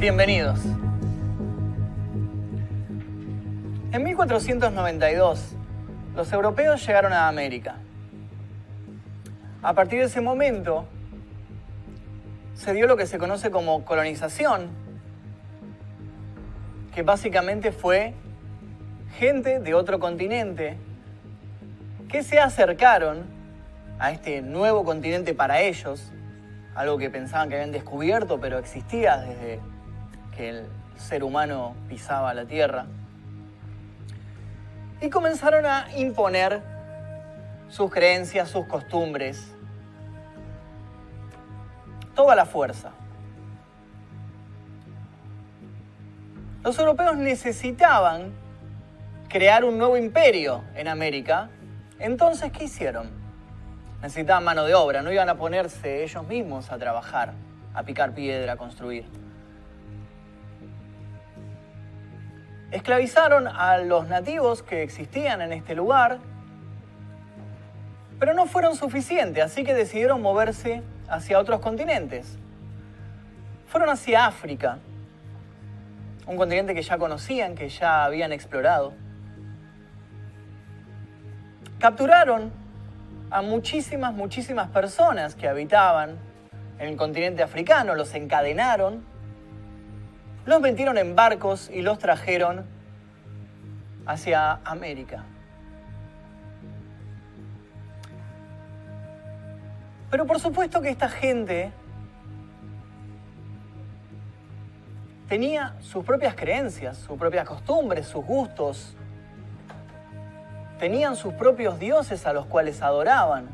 Bienvenidos. En 1492, los europeos llegaron a América. A partir de ese momento, se dio lo que se conoce como colonización, que básicamente fue gente de otro continente que se acercaron a este nuevo continente para ellos, algo que pensaban que habían descubierto, pero existía desde que el ser humano pisaba la tierra, y comenzaron a imponer sus creencias, sus costumbres, toda la fuerza. Los europeos necesitaban crear un nuevo imperio en América. Entonces, ¿qué hicieron? Necesitaban mano de obra, no iban a ponerse ellos mismos a trabajar, a picar piedra, a construir. Esclavizaron a los nativos que existían en este lugar, pero no fueron suficientes, así que decidieron moverse hacia otros continentes. Fueron hacia África, un continente que ya conocían, que ya habían explorado. Capturaron a muchísimas personas que habitaban en el continente africano, los encadenaron, los metieron en barcos y los trajeron hacia América. Pero por supuesto que esta gente tenía sus propias creencias, sus propias costumbres, sus gustos. Tenían sus propios dioses a los cuales adoraban.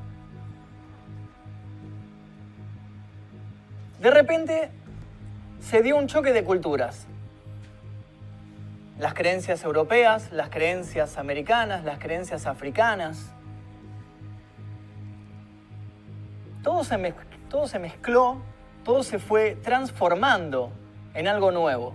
De repente se dio un choque de culturas. Las creencias europeas, las creencias americanas, las creencias africanas. Todo se mezcló, todo se fue transformando en algo nuevo.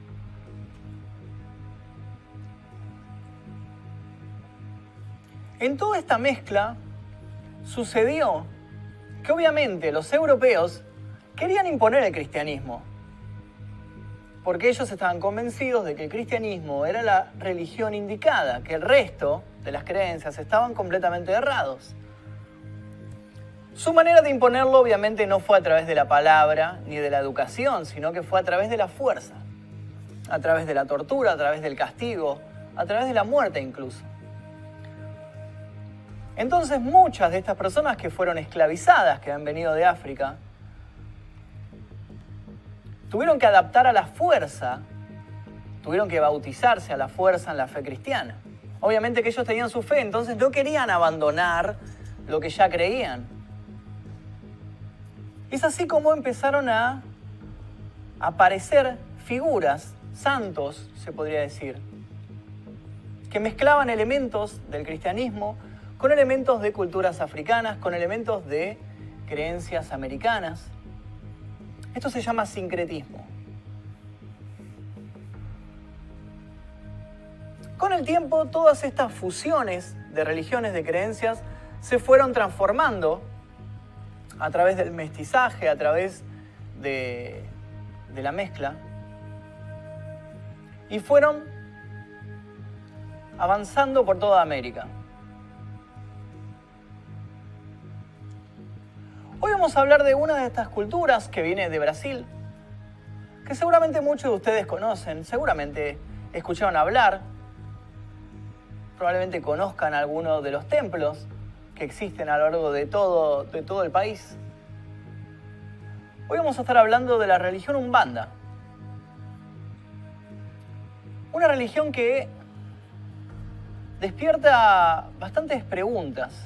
En toda esta mezcla sucedió que obviamente los europeos querían imponer el cristianismo, porque ellos estaban convencidos de que el cristianismo era la religión indicada, que el resto de las creencias estaban completamente errados. Su manera de imponerlo obviamente no fue a través de la palabra ni de la educación, sino que fue a través de la fuerza, a través de la tortura, a través del castigo, a través de la muerte incluso. Entonces muchas de estas personas que fueron esclavizadas, que han venido de África, tuvieron que adaptar a la fuerza, tuvieron que bautizarse a la fuerza en la fe cristiana. Obviamente que ellos tenían su fe, entonces no querían abandonar lo que ya creían. Es así como empezaron a aparecer figuras, santos, se podría decir, que mezclaban elementos del cristianismo con elementos de culturas africanas, con elementos de creencias americanas. Esto se llama sincretismo. Con el tiempo, todas estas fusiones de religiones, de creencias, se fueron transformando a través del mestizaje, a través de la mezcla, y fueron avanzando por toda América. Hoy vamos a hablar de una de estas culturas que viene de Brasil, que seguramente muchos de ustedes conocen, seguramente escucharon hablar, probablemente conozcan algunos de los templos que existen a lo largo de todo el país. Hoy vamos a estar hablando de la religión Umbanda. Una religión que despierta bastantes preguntas.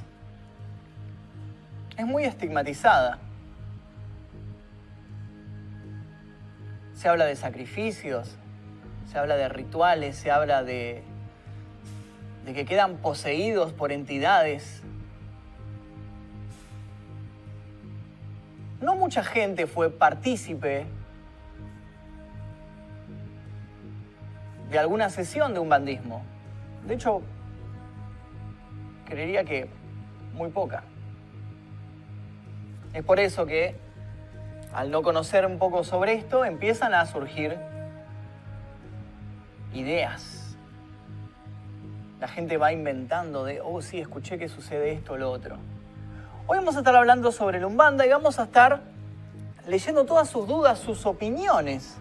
Es muy estigmatizada. Se habla de sacrificios, se habla de rituales, se habla de que quedan poseídos por entidades. No mucha gente fue partícipe de alguna sesión de umbandismo. De hecho, creería que muy poca. Es por eso que al no conocer un poco sobre esto, empiezan a surgir ideas. La gente va inventando de, oh sí, escuché que sucede esto o lo otro. Hoy vamos a estar hablando sobre el Umbanda y vamos a estar leyendo todas sus dudas, sus opiniones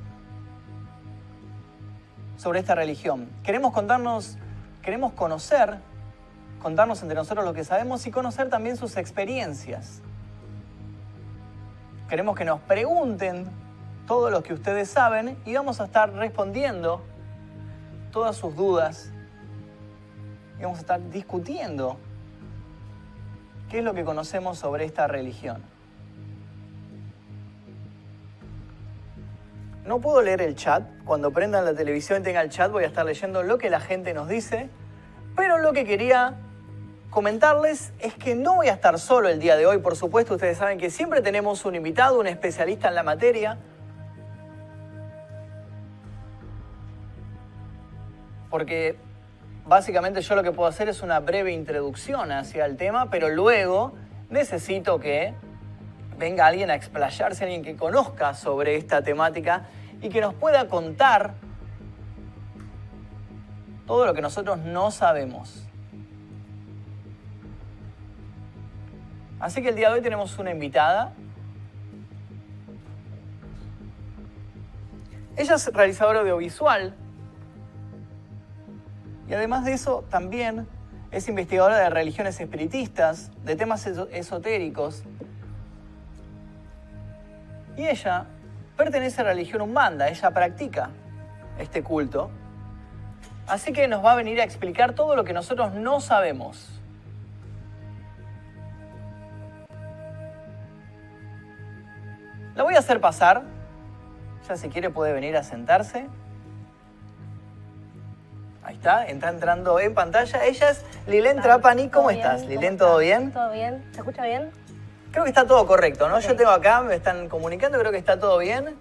sobre esta religión. Queremos conocer, contarnos entre nosotros lo que sabemos y conocer también sus experiencias. Queremos que nos pregunten todo lo que ustedes saben y vamos a estar respondiendo todas sus dudas y vamos a estar discutiendo qué es lo que conocemos sobre esta religión. No puedo leer el chat. Cuando prendan la televisión y tenga el chat voy a estar leyendo lo que la gente nos dice, pero lo que quería comentarles es que no voy a estar solo el día de hoy. Por supuesto, ustedes saben que siempre tenemos un invitado, un especialista en la materia. Porque básicamente yo lo que puedo hacer es una breve introducción hacia el tema, pero luego necesito que venga alguien a explayarse, alguien que conozca sobre esta temática y que nos pueda contar todo lo que nosotros no sabemos. Así que el día de hoy tenemos una invitada. Ella es realizadora audiovisual y además de eso también es investigadora de religiones espiritistas, de temas esotéricos. Y ella pertenece a la religión Umbanda, ella practica este culto. Así que nos va a venir a explicar todo lo que nosotros no sabemos. La voy a hacer pasar. Ya si quiere puede venir a sentarse. Ahí está, está entrando en pantalla. Ella es Lilén Trapani. ¿Cómo estás, Lilén? ¿Todo bien? Todo bien. ¿Se escucha bien? Creo que está todo correcto, ¿no? Okay. Yo tengo acá, me están comunicando, creo que está todo bien.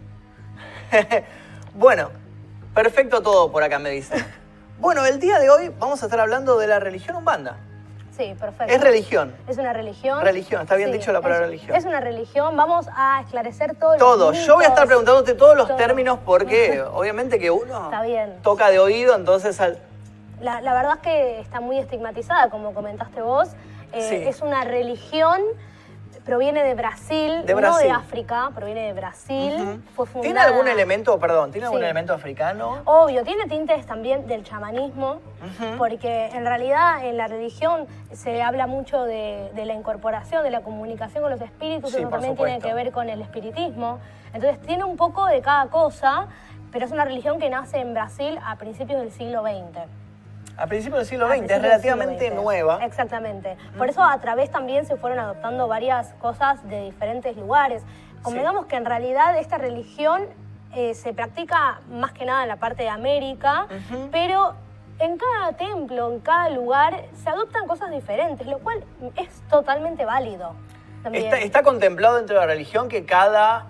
Bueno, perfecto todo por acá me dicen. Bueno, el día de hoy vamos a estar hablando de la religión Umbanda. Sí, perfecto. Es religión. Es una religión. Religión, está bien dicho la palabra religión. Es una religión, vamos a esclarecer todo. Todo. Mitos, Yo voy a estar preguntándote todos los todo. Términos porque obviamente que uno Está bien. toca de oído, entonces... La verdad es que está muy estigmatizada, como comentaste vos. Sí. Es una religión, proviene de Brasil, De no Brasil. de África, proviene de Brasil. Fue fundada... ¿Tiene algún elemento, ¿tiene algún Sí. elemento africano? Obvio, tiene tintes también del chamanismo, porque en realidad en la religión se habla mucho de la incorporación, de la comunicación con los espíritus, Sí, eso por también tiene supuesto. que ver con el espiritismo. Entonces tiene un poco de cada cosa, pero es una religión que nace en Brasil a principios del siglo XX. A principios del siglo A XX, es principios del siglo relativamente XX. nueva. Exactamente. Por eso a través también se fueron adoptando varias cosas de diferentes lugares. Convengamos que en realidad esta religión se practica más que nada en la parte de América, pero en cada templo, en cada lugar, se adoptan cosas diferentes, lo cual es totalmente válido. También. Está contemplado dentro de la religión que cada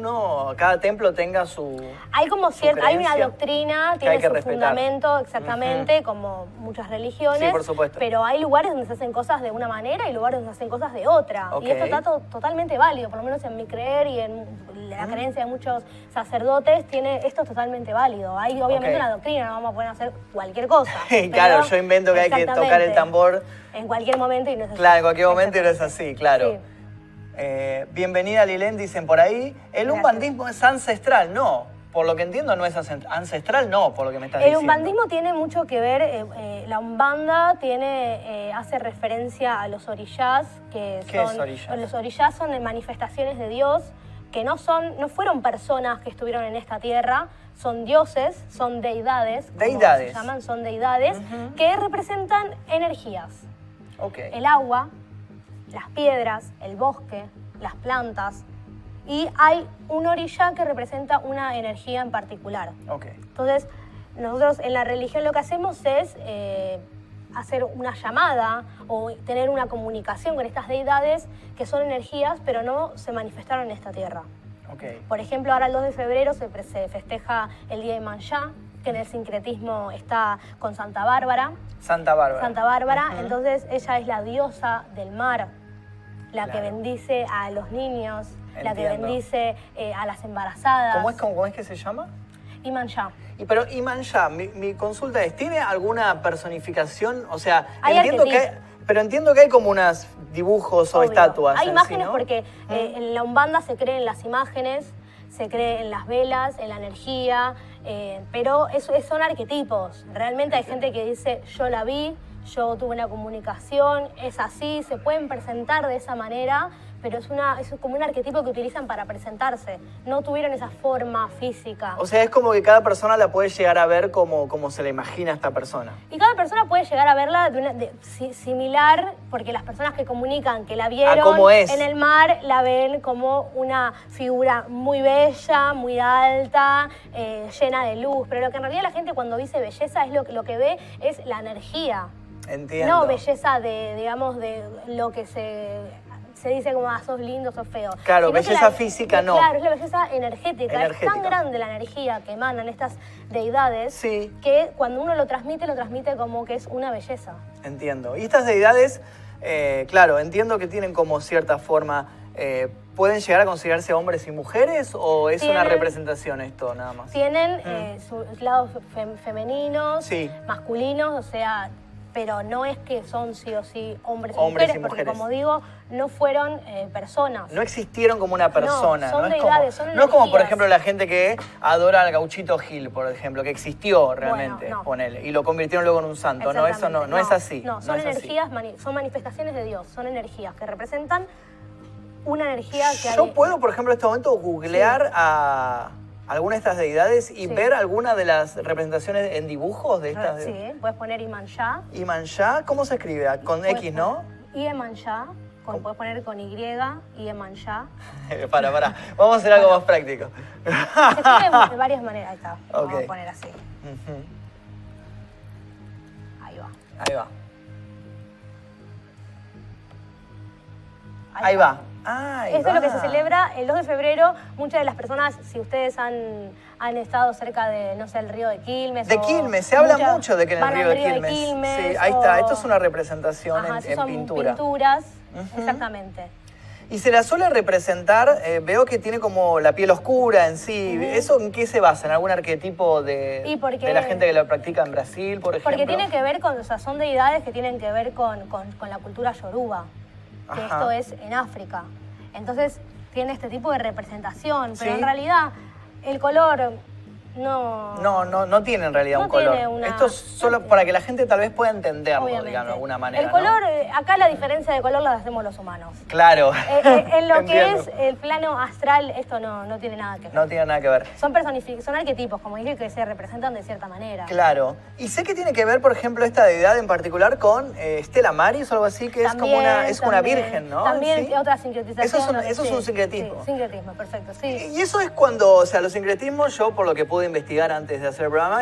templo tenga su... Hay como cierta, hay una creencia doctrina, que hay tiene que su respetar. fundamento exactamente, como muchas religiones. Sí, por supuesto. Pero hay lugares donde se hacen cosas de una manera y lugares donde se hacen cosas de otra. Ok. Y esto está totalmente válido, por lo menos en mi creer y en la creencia de muchos sacerdotes, esto es totalmente válido. Hay obviamente Ok. una doctrina, no vamos a poder hacer cualquier cosa. Claro, yo invento que hay que tocar el tambor. En cualquier momento y no es así. Claro, en cualquier momento y no es así, claro. Sí. Bienvenida Lilén, dicen por ahí. El Gracias. umbandismo es ancestral, no. Por lo que entiendo no es ancestral, no, por lo que me estás El diciendo. umbandismo tiene mucho que ver, la umbanda hace referencia a los orishás, que ¿Qué es orishás? Los orishás son manifestaciones de Dios, que no fueron personas que estuvieron en esta tierra, son dioses, son deidades, como Deidades. se llaman, son deidades, que representan energías. Ok. El agua, las piedras, el bosque, las plantas, y hay un orishá que representa una energía en particular. Ok. Entonces, nosotros en la religión lo que hacemos es hacer una llamada o tener una comunicación con estas deidades que son energías, pero no se manifestaron en esta tierra. Ok. Por ejemplo, ahora el 2 de febrero se festeja el Día de Manjá, que en el sincretismo está con Santa Bárbara. Santa Bárbara. Santa Bárbara, entonces ella es la diosa del mar, la que bendice a los niños, la que Entiendo. bendice a las embarazadas. ¿Cómo es que se llama? Imanjá. Pero Imanjá, mi consulta es, ¿tiene alguna personificación? O sea, Hay entiendo que hay como unos dibujos o Obvio. estatuas. Hay en imágenes sí, ¿no? porque en la Umbanda se cree en las imágenes, se cree en las velas, en la energía, pero son arquetipos. Realmente hay gente que dice, yo la vi, yo tuve una comunicación, es así, se pueden presentar de esa manera, pero es como un arquetipo que utilizan para presentarse. No tuvieron esa forma física. O sea, es como que cada persona la puede llegar a ver como se la imagina a esta persona. Y cada persona puede llegar a verla similar, porque las personas que comunican que la vieron cómo es. en el mar la ven como una figura muy bella, muy alta, llena de luz. Pero lo que en realidad la gente cuando dice belleza es lo que ve es la energía. Entiendo. No belleza de lo que se dice como, sos lindo, sos feo. Claro, Sino que belleza física no. Claro, es la belleza energética. Es Energética. tan grande la energía que emanan estas deidades Sí. que cuando uno lo transmite como que es una belleza. Entiendo. Y estas deidades, claro, entiendo que tienen como cierta forma, ¿pueden llegar a considerarse hombres y mujeres o es una representación esto nada más? Tienen sus lados femeninos, Sí. masculinos, o sea, pero no es que son sí o sí hombres y Hombres mujeres, y porque mujeres. como digo, no fueron personas. No existieron como una persona. son es deidades, como, son no es como, por energías. ejemplo, la gente que adora al Gauchito Gil, por ejemplo, que existió realmente, no. ponele, y lo convirtieron luego en un santo. No, eso no es así. No, son es así. energías, son manifestaciones de Dios, son energías que representan una energía que Yo hay. puedo, por ejemplo, en este momento googlear a alguna de estas deidades y Sí. ver alguna de las representaciones en dibujos de estas. Sí, puedes poner Imanjá. Imanjá, ¿cómo se escribe? Con X, ¿no? Imanjá, puedes poner con Y, Imanjá. Para. Vamos a hacer algo más práctico. Se escribe de varias maneras. Ahí está. Vamos Ok. a poner así. Ujú. Ahí va. Ahí va. Ahí va. Esto es lo que se celebra el 2 de febrero. Muchas de las personas, si ustedes han estado cerca de, no sé, el río de Quilmes. De o Quilmes, se habla muchas mucho de que en el van río al de Quilmes. Sí, ahí o- está. Esto es una representación Ajá, en son pintura. pinturas, Ujú. exactamente. Y se la suele representar, veo que tiene como la piel oscura en sí. ¿Eso en qué se basa? ¿En algún arquetipo de la gente que lo practica en Brasil, por ejemplo? Porque tiene que ver con, o sea, son deidades que tienen que ver con la cultura yoruba, que Ajá. esto es en África. Entonces tiene este tipo de representación, pero Sí. en realidad el color no... No tiene en realidad No un color. tiene una- Esto es solo para que la gente tal vez pueda entenderlo, Obviamente. digamos, de alguna manera. El ¿no? color, acá la diferencia de color la hacemos los humanos. Claro. En lo que Entiendo. es el plano astral, esto no tiene nada que ver. No tiene nada que ver. Son arquetipos, como dije, que se representan de cierta manera. Claro. Y sé que tiene que ver, por ejemplo, esta deidad en particular con Estela Maris o algo así, que También, es como una virgen, ¿no? También ¿Sí? otra sincretización. Eso es un sincretismo. Sí, sincretismo, perfecto, sí. Y eso es cuando, o sea, los sincretismos, yo por lo que pude investigar antes de hacer el programa,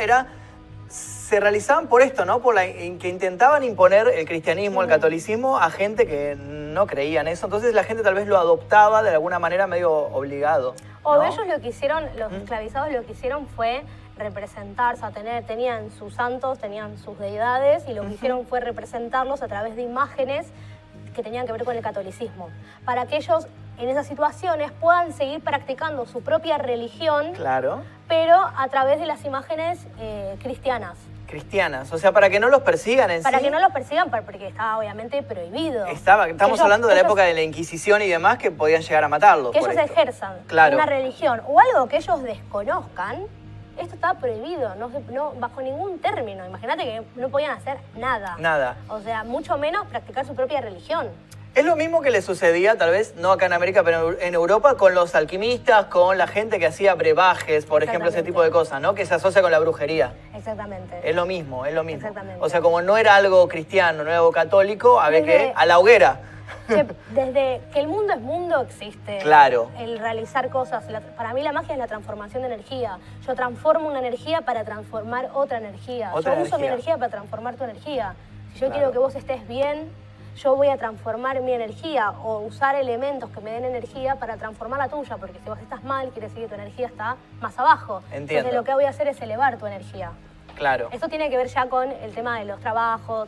se realizaban por esto, ¿no? Que intentaban imponer el cristianismo, el catolicismo a gente que no creía en eso. Entonces la gente tal vez lo adoptaba de alguna manera medio obligado. O ¿no? ellos lo que hicieron, los esclavizados lo que hicieron fue representarse, tenían sus santos, tenían sus deidades, y lo que hicieron fue representarlos a través de imágenes que tenían que ver con el catolicismo, para que ellos en esas situaciones puedan seguir practicando su propia religión, Claro. pero a través de las imágenes cristianas. Cristianas. O sea, para que no los persigan en Para sí. que no los persigan, porque estaba obviamente prohibido. Estamos Que hablando de la ellos- época de la Inquisición y demás que podían llegar a matarlos. que por ellos esto. ejerzan Claro. una religión o algo que ellos desconozcan, esto estaba prohibido, no bajo ningún término. Imagínate que no podían hacer nada. Nada. O sea, mucho menos practicar su propia religión. Es lo mismo que le sucedía, tal vez, no acá en América, pero en Europa, con los alquimistas, con la gente que hacía brebajes, por ejemplo, ese Exactamente. tipo de cosas, ¿no? Que se asocia con la brujería. Exactamente. Es lo mismo, es lo mismo. Exactamente. O sea, como no era algo cristiano, no era algo católico, había Desde- que a la hoguera. Che, desde que el mundo es mundo existe Claro. el realizar cosas. Para mí la magia es la transformación de energía. Yo transformo una energía para transformar otra energía. Otra Yo uso mi energía. energía para transformar tu energía. Si yo Claro. quiero que vos estés bien, yo voy a transformar mi energía o usar elementos que me den energía para transformar la tuya, porque si vos estás mal, quiere decir que tu energía está más abajo. Entiendo. Entonces lo que voy a hacer es elevar tu energía. Claro. Esto tiene que ver ya con el tema de los trabajos,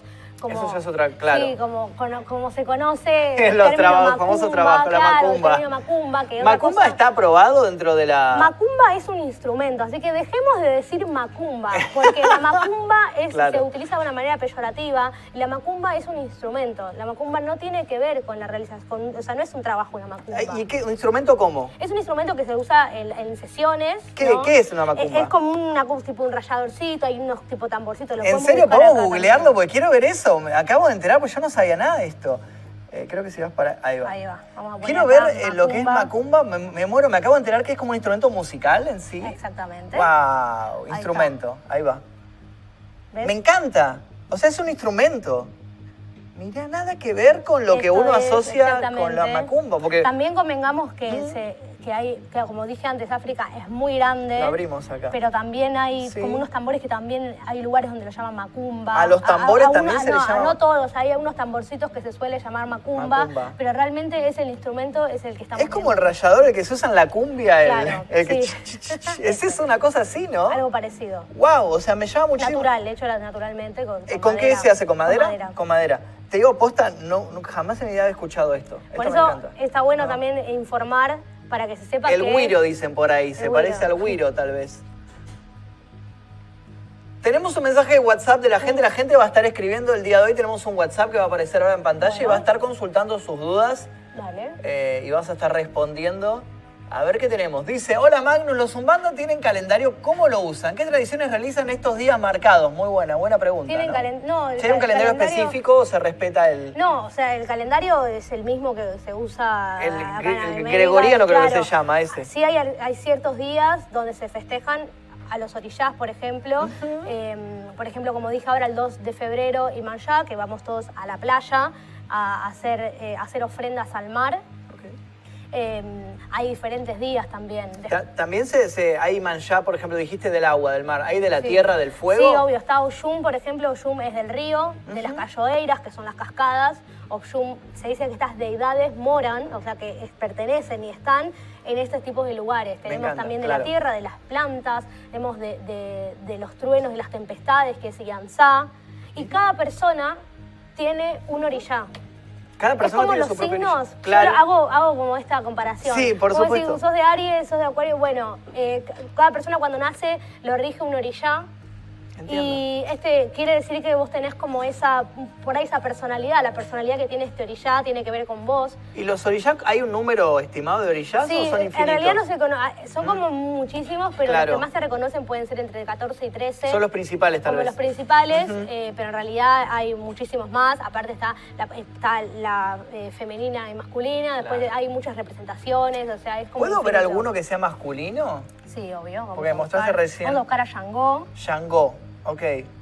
como... Eso ya es otra, claro. Sí, como se conoce En los famosos trabajos, la claro, macumba. el término macumba. Que ¿Macumba está aprobado dentro de la...? Macumba es un instrumento, así que dejemos de decir macumba, porque la macumba Claro. se utiliza de una manera peyorativa y la macumba es un instrumento. La macumba no tiene que ver con la realización, o sea, no es un trabajo una macumba. ¿Y qué, un instrumento cómo? Es un instrumento que se usa en sesiones. ¿Qué, ¿no? ¿Qué es una macumba? Es como tipo un ralladorcito, hay unos tipo tamborcitos. ¿En serio? ¿Podemos googlearlo? Porque quiero ver eso. Me acabo de enterar porque yo no sabía nada de esto. Creo que si vas para... Ahí va. Ahí va. Vamos a poner Quiero ver acá, lo que es macumba. Me muero. Me acabo de enterar que es como un instrumento musical en sí. Exactamente. ¡Wow! Instrumento. Ahí va. ¿Ves? Me encanta. O sea, es un instrumento. Mira, nada que ver con lo que uno asocia con la macumba. Porque también convengamos que, que como dije antes, África es muy grande. lo abrimos acá. Pero también hay Sí. como unos tambores que también hay lugares donde lo llaman macumba. ¿A los tambores también se les llama? No todos, hay unos tamborcitos que se suele llamar macumba, Macumba. pero realmente es el instrumento, es el que estamos Es como el viendo. rallador, el que se usa en la cumbia. Claro, el que sí. Es una cosa así, ¿no? Algo parecido. ¡Wow! O sea, me llama muchísimo. Natural, hecho naturalmente con ¿Con qué madera. se hace? ¿Con madera? Con madera. Con madera. Te digo, posta, jamás en mi vida había escuchado esto. Por Esto me eso encanta. está bueno No. también informar para que se sepa El que... güiro, dicen por ahí. Se El parece güiro. al güiro, tal vez. Tenemos un mensaje de WhatsApp de la gente. La gente va a estar escribiendo el día de hoy. Tenemos un WhatsApp que va a aparecer ahora en pantalla y Bueno. va a estar consultando sus dudas. Dale. Y vas a estar respondiendo. A ver qué tenemos. Dice, hola Magnus, ¿los Umbanda tienen calendario? ¿Cómo lo usan? ¿Qué tradiciones realizan estos días marcados? Muy buena pregunta. Tienen ¿no? ¿Hay un calendario específico o se respeta el...? No, o sea, el calendario es el mismo que se usa El acá en América, gregoriano creo que claro. se llama ese. Sí, hay ciertos días donde se festejan a los orillás, por ejemplo. Por ejemplo, como dije ahora, el 2 de febrero, Imanjá, que vamos todos a la playa a hacer ofrendas al mar. Hay diferentes días también. También hay manjá, por ejemplo, dijiste del agua, del mar. ¿Hay de la Sí. tierra, del fuego? Sí, obvio. Está Oshun, por ejemplo. Oshun es del río, de las cayoeiras, que son las cascadas. Oshun, se dice que estas deidades moran, o sea, que pertenecen y están en estos tipos de lugares. Tenemos encanta, también de claro. la tierra, de las plantas, tenemos de los truenos, de las tempestades, que es Yansá. Y cada persona tiene un orillá. Cada Es persona como tiene los su propio signos. orilla. Claro. Yo hago como esta comparación. Sí, por Vos supuesto. decís, sos de Aries, sos de Acuario. Bueno, cada persona cuando nace lo rige un orillá. Entiendo. Y quiere decir que vos tenés como por ahí esa personalidad. La personalidad que tiene este orillá tiene que ver con vos. ¿Y los orillás, hay un número estimado de orillás Sí, o son infinitos? en realidad no se conoce, son como muchísimos, pero Claro. los que más se reconocen pueden ser entre 14 y 13. Son los principales, tal como vez. los principales, pero en realidad hay muchísimos más. Aparte está la femenina y masculina, después Claro. hay muchas representaciones, o sea, es como ¿Puedo ver infinito. alguno que sea masculino? Sí, obvio. Vamos Porque a mostraste buscar. recién. Vamos a buscar a Shango. Shango, ok.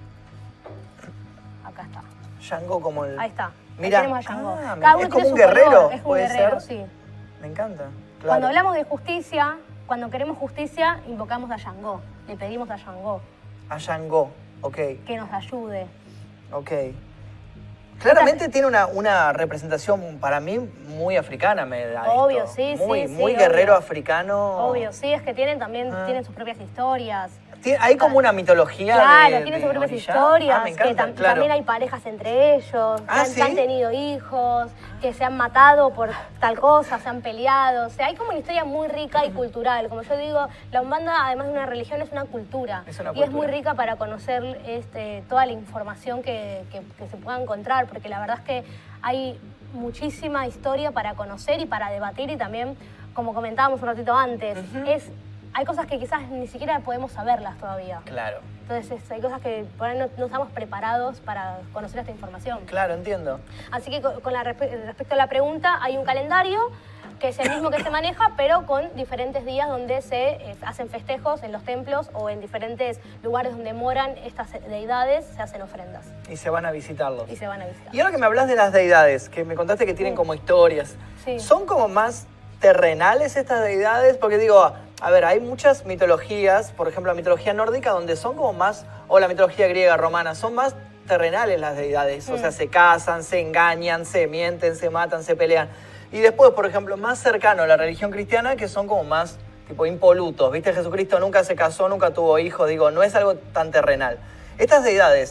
Acá está. Shango como el... Ahí está. Mira, Ahí tenemos a Shango. ah, Cada uno es como tiene un su color, guerrero, es un puede guerrero, ser. sí. Me encanta. Claro. Cuando hablamos de justicia, cuando queremos justicia, invocamos a Shango. Le pedimos a Shango A Shango, ok, que nos ayude. ok. Claramente tiene una representación para mí muy africana, me da Obvio, esto. sí, muy, sí, Muy sí, guerrero obvio. africano. Obvio, sí, es que tienen sus propias historias. Hay como una mitología Claro, de tienen sus propias orilla. historias, Ah, me encanta, que claro. también hay parejas entre ellos, Ah, que ¿sí? han tenido hijos, que se han matado por tal cosa, se han peleado. O sea, hay como una historia muy rica y cultural. Como yo digo, la Umbanda, además de una religión, es una cultura. Es una y es muy cultura. rica para conocer toda la información que se pueda encontrar, porque la verdad es que hay muchísima historia para conocer y para debatir y también, como comentábamos un ratito antes, hay cosas que quizás ni siquiera podemos saberlas todavía. Claro, Entonces hay cosas que por ahí no estamos preparados para conocer esta información. claro, entiendo. Así que respecto a la pregunta, hay un calendario que es el mismo que se maneja, pero con diferentes días donde se hacen festejos en los templos o en diferentes lugares donde moran estas deidades, se hacen ofrendas Y se van a visitarlos. y se van a visitar. Y ahora que me hablas de las deidades, que me contaste que tienen como historias, Sí. ¿son como más terrenales estas deidades? Porque digo, a ver, hay muchas mitologías, por ejemplo la mitología nórdica, donde son como más, o la mitología griega, romana, son más terrenales las deidades. O sea, se casan, se engañan, se mienten, se matan, se pelean. Y después, por ejemplo, más cercano a la religión cristiana, que son como más tipo impolutos. ¿Viste? Jesucristo nunca se casó, nunca tuvo hijos. Digo, no es algo tan terrenal. Estas deidades,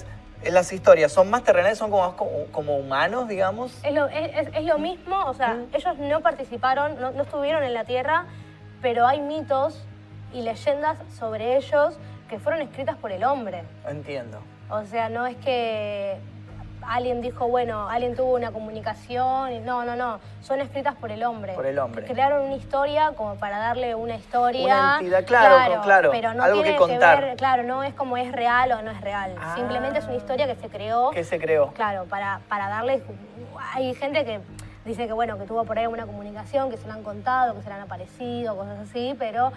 las historias son más terrenales, son como humanos, digamos. Es lo mismo, o sea, ellos no participaron, no estuvieron en la Tierra, pero hay mitos y leyendas sobre ellos que fueron escritas por el hombre. Entiendo. O sea, no es que alguien dijo, bueno, alguien tuvo una comunicación. No. Son escritas por el hombre. Por el hombre. Crearon una historia como para darle una historia. Una entidad, claro. Pero no algo tiene que contar. ver, claro, no es como es real o no es real. Simplemente es una historia que se creó. Que se creó. Claro, para darle... Hay gente que dice que, bueno, que tuvo por ahí alguna comunicación, que se la han contado, que se le han aparecido, cosas así, pero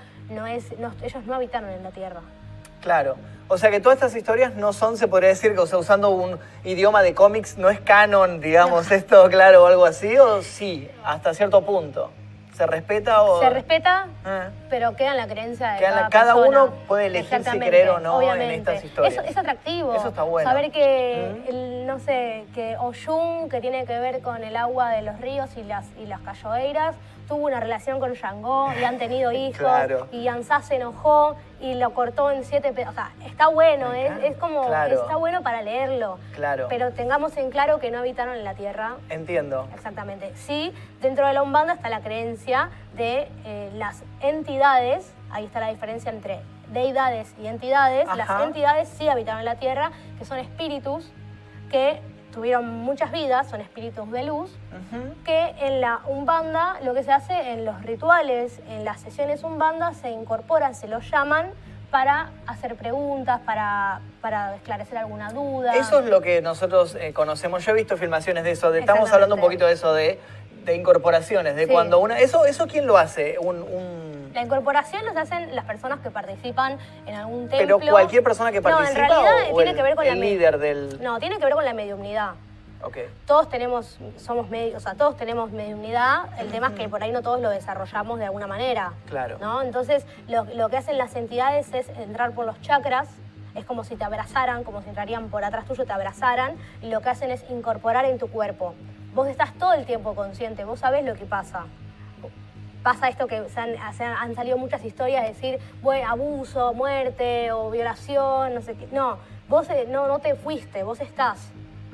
ellos no habitaron en la Tierra. Claro. O sea que todas estas historias no son, se podría decir, que, o sea, usando un idioma de cómics, no es canon, digamos, esto, claro, o algo así, o sí, hasta cierto punto. ¿Se respeta o...? Se respeta, pero queda en la creencia de cada persona. uno puede elegir si creer o no en estas historias. Es atractivo. Eso está bueno. Saber que, no sé, que Oyun, que tiene que ver con el agua de los ríos y las cachoeiras, tuvo una relación con Shango y han tenido hijos. Claro. Y Ansá se enojó y lo cortó en 7 pedazos. O sea, está bueno, es como, está bueno para leerlo. Claro. Pero tengamos en claro que no habitaron en la Tierra. Entiendo. Exactamente. Sí, dentro de la Umbanda está la creencia de las entidades, ahí está la diferencia entre deidades y entidades. Ajá. Las entidades sí habitaron en la Tierra, que son espíritus que tuvieron muchas vidas, son espíritus de luz, que en la Umbanda lo que se hace en los rituales, en las sesiones Umbanda, se incorporan, se los llaman para hacer preguntas, para esclarecer alguna duda. Eso es lo que nosotros conocemos. Yo he visto filmaciones de eso. Estamos hablando un poquito de eso, de incorporaciones, de cuando una... ¿Eso quién lo hace? La incorporación los hacen las personas que participan en algún templo. ¿Pero cualquier persona que participa? No, en realidad o tiene que ver con el líder del...? No, tiene que ver con la mediumnidad. Okay. Todos tenemos mediumnidad, el tema es que por ahí no todos lo desarrollamos de alguna manera. Claro. ¿No? Entonces, lo que hacen las entidades es entrar por los chakras, es como si te abrazaran, como si entrarían por atrás tuyo, te abrazaran, y lo que hacen es incorporar en tu cuerpo. Vos estás todo el tiempo consciente, vos sabés lo que pasa. Pasa esto que han salido muchas historias de decir, bueno, abuso, muerte o violación, no sé qué. No, vos no te fuiste, vos estás.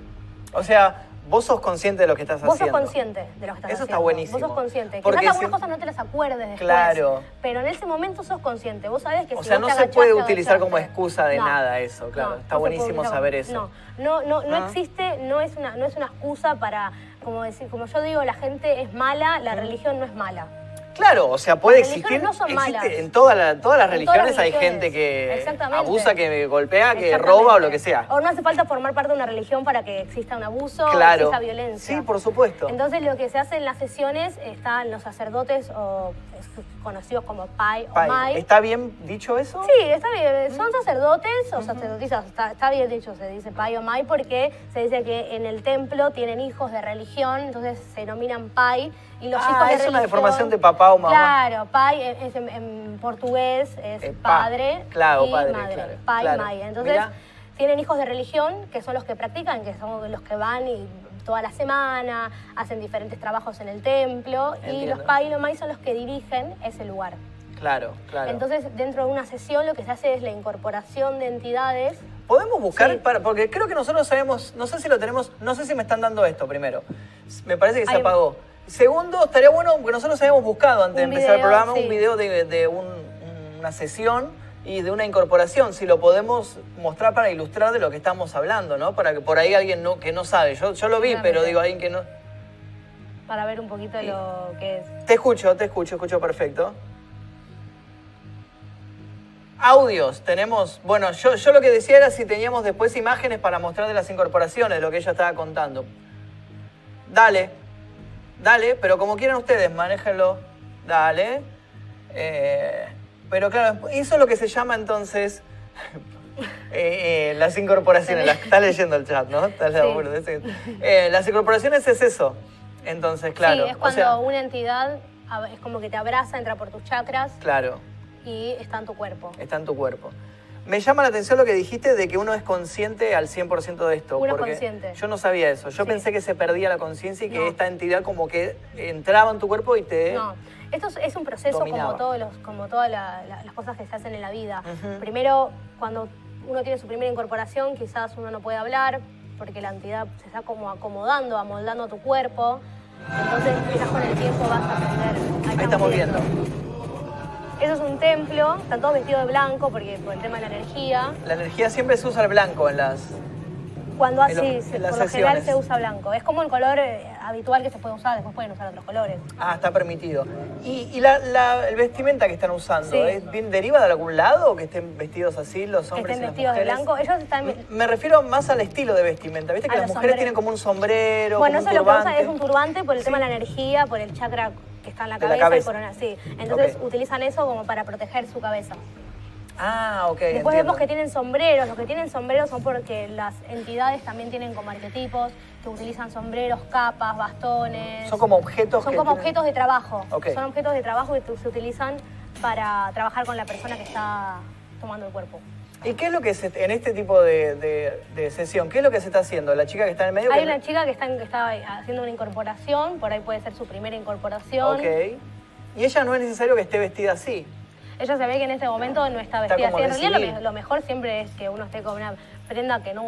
O sea, vos sos consciente de lo que estás haciendo. Vos sos consciente de lo que estás haciendo. Eso está buenísimo. Vos sos consciente. Porque quizás algunas cosas no te las acuerdes después. Claro. Pero en ese momento sos consciente. Vos sabés que o si sea, vos no te se puede agachaste, utilizar como excusa de nada eso, claro. No, está no buenísimo saber eso. No existe, no es una excusa para, como yo digo, la gente es mala, la religión no es mala. Claro, o sea, puede existir. No son malas. En todas las religiones hay gente que abusa, que golpea, que roba o lo que sea. O no hace falta formar parte de una religión para que exista un abuso o exista violencia. Sí, por supuesto. Entonces, lo que se hace en las sesiones están los sacerdotes o conocidos como Pai o Mai. ¿Está bien dicho eso? Sí, está bien. Son sacerdotes o sacerdotisas. Está bien dicho, se dice Pai o Mai porque se dice que en el templo tienen hijos de religión, entonces se denominan Pai. Y los hijos de religión, una deformación de papá o mamá. Claro, Pai en portugués es padre y madre. Claro, Pai, claro. Mai. Entonces, tienen hijos de religión, que son los que practican, que son los que van y toda la semana, hacen diferentes trabajos en el templo. Entiendo. Y los Pai y los Mai son los que dirigen ese lugar. Claro. Entonces, dentro de una sesión lo que se hace es la incorporación de entidades. ¿Podemos buscar? Porque creo que nosotros sabemos, no sé si lo tenemos, no sé si me están dando esto primero. Me parece que se apagó. Segundo, estaría bueno, porque nosotros habíamos buscado antes de empezar el programa un video de una sesión y de una incorporación. Si lo podemos mostrar para ilustrar de lo que estamos hablando, ¿no? Para que por ahí alguien que no sabe. Yo lo vi, pero digo, alguien que no... Para ver un poquito de lo que es. Te escucho perfecto. Audios, tenemos... Bueno, yo lo que decía era si teníamos después imágenes para mostrar de las incorporaciones, de lo que ella estaba contando. Dale, pero como quieran ustedes, manéjenlo. Dale. Pero claro, eso es lo que se llama entonces las incorporaciones. Está leyendo el chat, ¿no? Las incorporaciones es eso. Entonces, claro. Sí, es cuando una entidad es como que te abraza, entra por tus chakras. Claro. Y está en tu cuerpo. Está en tu cuerpo. Me llama la atención lo que dijiste de que uno es consciente al 100% de esto. Uno es consciente. Yo no sabía eso. Yo pensé que se perdía la conciencia y que esta entidad como que entraba en tu cuerpo y te... No, esto es un proceso dominaba. como todas las cosas que se hacen en la vida. Primero, cuando uno tiene su primera incorporación, quizás uno no puede hablar porque la entidad se está como acomodando, amoldando a tu cuerpo. Entonces quizás con el tiempo vas a aprender. Ahí estamos viendo. Eso es un templo, están todos vestidos de blanco porque por el tema de la energía. La energía siempre se usa el blanco en las... Cuando así, en las por lo general sesiones. se usa blanco. Es como el color habitual que se puede usar, después pueden usar otros colores. Ah, está permitido. ¿Y el vestimenta que están usando, Sí. ¿es bien deriva de algún lado o que estén vestidos así los Que hombres estén y las vestidos de mujeres? blanco. Ellos están... Me refiero más al estilo de vestimenta. ¿Viste que A las los mujeres sombreros. tienen como un sombrero, Bueno, como eso un lo que usan turbante? es un turbante por el Sí. tema de la energía, por el chakra que está en la De la cabeza, cabeza. el corona, sí. Entonces Ok. utilizan eso como para proteger su cabeza. Ah, ok, Después entiendo. vemos que tienen sombreros. Los que tienen sombreros son porque las entidades también tienen como arquetipos que utilizan sombreros, capas, bastones. Son como objetos Son que como tienen- objetos de trabajo. Ok. Son objetos de trabajo que se utilizan para trabajar con la persona que está tomando el cuerpo. ¿Y qué es lo que en este tipo de sesión, qué es lo que se está haciendo? La chica que está en el medio... Hay que una chica que está haciendo una incorporación, por ahí puede ser su primera incorporación. Ok. Y ella no es necesario que esté vestida así. Ella se ve que en este momento no está Está vestida como así. En de realidad civil. lo mejor siempre es que uno esté con una prenda que no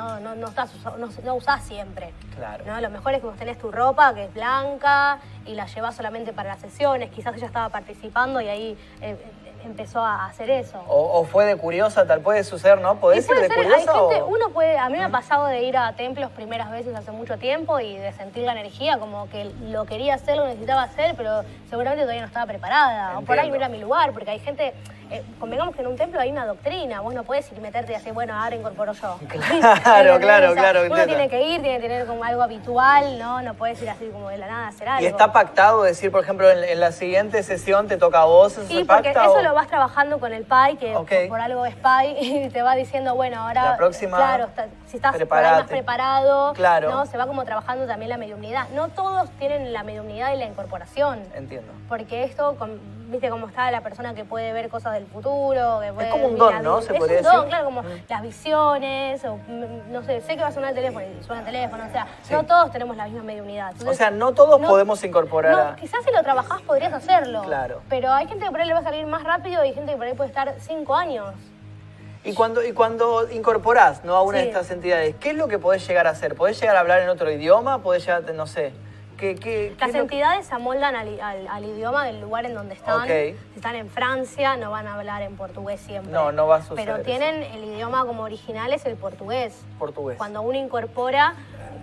usás siempre. Claro. ¿No? Lo mejor es que vos tenés tu ropa que es blanca y la llevás solamente para las sesiones. Quizás ella estaba participando y ahí empezó a hacer eso. O fue de curiosa, tal puede suceder, ¿no? Y ¿Podés ir puede de ser, curiosa hay gente, o...? uno puede, a mí me ha pasado de ir a templos primeras veces hace mucho tiempo y de sentir la energía, como que lo quería hacer, lo necesitaba hacer, pero seguramente todavía no estaba preparada. O por ahí no era mi lugar, porque hay gente, convengamos que en un templo hay una doctrina, vos no puedes ir y meterte y decir, bueno, ahora incorporo yo. Claro, claro, claro, Uno entiendo. tiene que ir, tiene que tener como algo habitual, ¿no? No puedes ir así como de la nada a hacer algo. ¿Y está pactado decir, por ejemplo, en la siguiente sesión te toca a vos? ¿Eso Sí, se porque pacta, eso o...? lo vas trabajando con el PAI, que Ok. por algo es PAI, y te va diciendo, bueno, ahora... La próxima, Claro, si estás por ahí preparate. más preparado, Claro. ¿no? Se va como trabajando también la mediumnidad. No todos tienen la mediumnidad y la incorporación. Entiendo. Porque esto, viste cómo está la persona que puede ver cosas del futuro, que puede como un ver don, la ¿no? vida. Se Es podría un don, decir. claro, como las visiones, o no sé que va a sonar el teléfono y suena el teléfono, o sea, Sí. no todos tenemos la misma mediumnidad. O Entonces, sea, no todos no- podemos incorporar no, a... quizás si lo trabajás podrías hacerlo. Claro. Pero hay gente que por ahí le va a salir más rápido y hay gente que por ahí puede estar 5 años. Y cuando incorporás, ¿no? a una de Sí. estas entidades, ¿qué es lo que podés llegar a hacer? ¿Podés llegar a hablar en otro idioma? ¿Podés llegar, no sé, qué Las es lo que- entidades se amoldan al idioma del lugar en donde están. Ok. Si están en Francia, no van a hablar en portugués siempre. No, no va a suceder Pero eso. tienen el idioma como original es el portugués. Portugués. Cuando uno incorpora,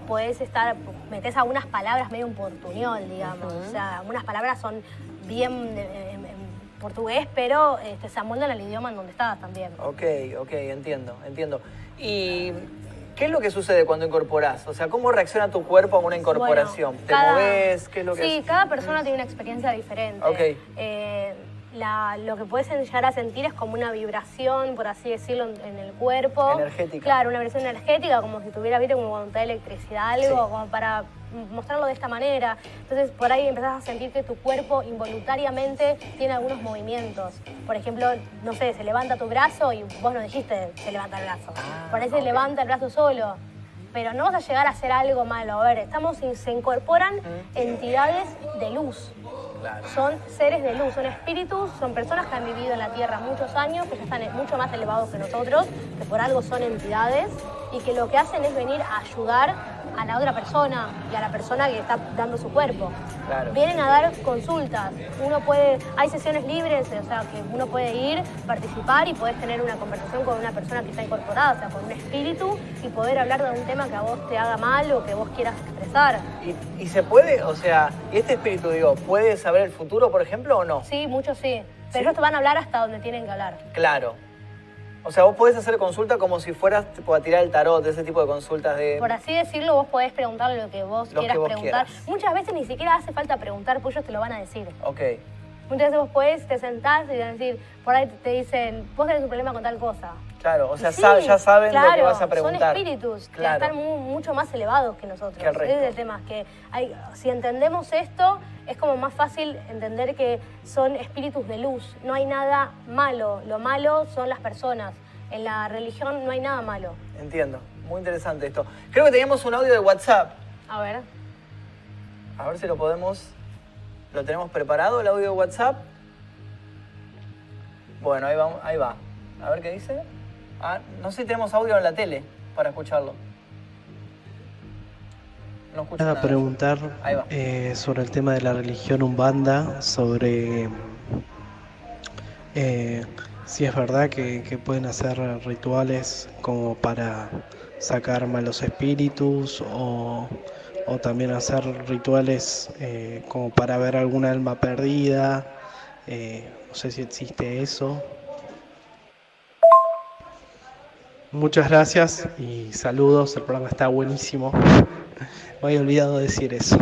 metés algunas palabras medio en portuñol, digamos. O sea, algunas palabras son bien en portugués, pero se amoldan al idioma en donde estás también. Ok, entiendo. ¿Y qué es lo que sucede cuando incorporás? O sea, ¿cómo reacciona tu cuerpo a una incorporación? Bueno, ¿Te movés? ¿Qué es lo que Sí, cada persona tiene una experiencia diferente. Ok. Lo que puedes llegar a sentir es como una vibración, por así decirlo, en el cuerpo. Energética. Claro, una vibración energética, como si tuvieras, viste, como cuando te da electricidad, algo, Sí. como para mostrarlo de esta manera. Entonces, por ahí empezás a sentir que tu cuerpo involuntariamente tiene algunos movimientos. Por ejemplo, no sé, se levanta tu brazo y vos no dijiste se levanta el brazo. Por ahí se ok. levanta el brazo solo. Pero no vas a llegar a hacer algo malo. A ver, se incorporan entidades de luz. Claro. Son seres de luz, son espíritus, son personas que han vivido en la Tierra muchos años, que ya están mucho más elevados que nosotros, que por algo son entidades y que lo que hacen es venir a ayudar a la otra persona y a la persona que está dando su cuerpo. Claro. Vienen a dar consultas. Hay sesiones libres, o sea, que uno puede ir, participar y podés tener una conversación con una persona que está incorporada, o sea, con un espíritu y poder hablar de un tema que a vos te haga mal o que vos quieras expresar. ¿Y se puede, o sea, y este espíritu, digo, puede saber el futuro, por ejemplo, o no? Sí, muchos sí. Pero ¿Sí? ellos te van a hablar hasta donde tienen que hablar. Claro. O sea, vos podés hacer consulta como si fueras tipo, a tirar el tarot, ese tipo de consultas de... Por así decirlo, vos podés preguntarle lo que vos Lo quieras que vos preguntar. quieras. Muchas veces ni siquiera hace falta preguntar, pues ellos te lo van a decir. Ok, Muchas veces vos podés, te sentás y te van a decir, por ahí te dicen, vos tenés un problema con tal cosa. claro, o sea, Y sí, ya saben lo que claro, vas a preguntar. Son espíritus Claro. que están mucho más elevados que nosotros. Que el resto. Ese es el tema, que si entendemos esto, es como más fácil entender que son espíritus de luz. No hay nada malo, lo malo son las personas. En la religión no hay nada malo. Entiendo, muy interesante esto. Creo que teníamos un audio de WhatsApp. A ver. A ver si lo podemos... ¿Lo tenemos preparado, el audio de WhatsApp? Bueno, ahí va. A ver qué dice. Ah, no sé si tenemos audio en la tele para escucharlo. No escucho nada. Preguntar Ahí va. sobre el tema de la religión Umbanda, sobre si es verdad que pueden hacer rituales como para sacar malos espíritus o también hacer rituales como para ver alguna alma perdida. No sé si existe eso. Muchas gracias y saludos, el programa está buenísimo. Me había olvidado decir eso.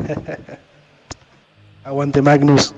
Aguante Magnus.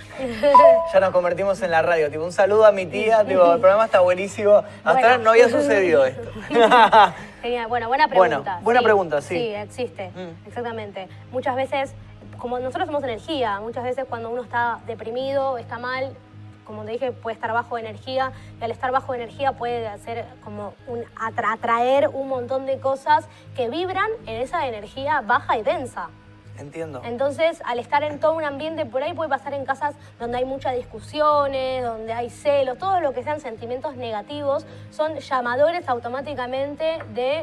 Ya nos convertimos en la radio. Tipo, un saludo a mi tía. Tipo, el programa está buenísimo. Hasta ahora no había sucedido esto. Genial. Bueno, buena pregunta. Buena pregunta, sí. Sí, existe. Exactamente. Muchas veces, como nosotros somos energía, muchas veces cuando uno está deprimido, está mal, como te dije, puede estar bajo de energía, y al estar bajo de energía puede hacer como atraer un montón de cosas que vibran en esa energía baja y densa. Entiendo. Entonces, al estar en todo un ambiente por ahí, puede pasar en casas donde hay muchas discusiones, donde hay celos, todo lo que sean sentimientos negativos, son llamadores automáticamente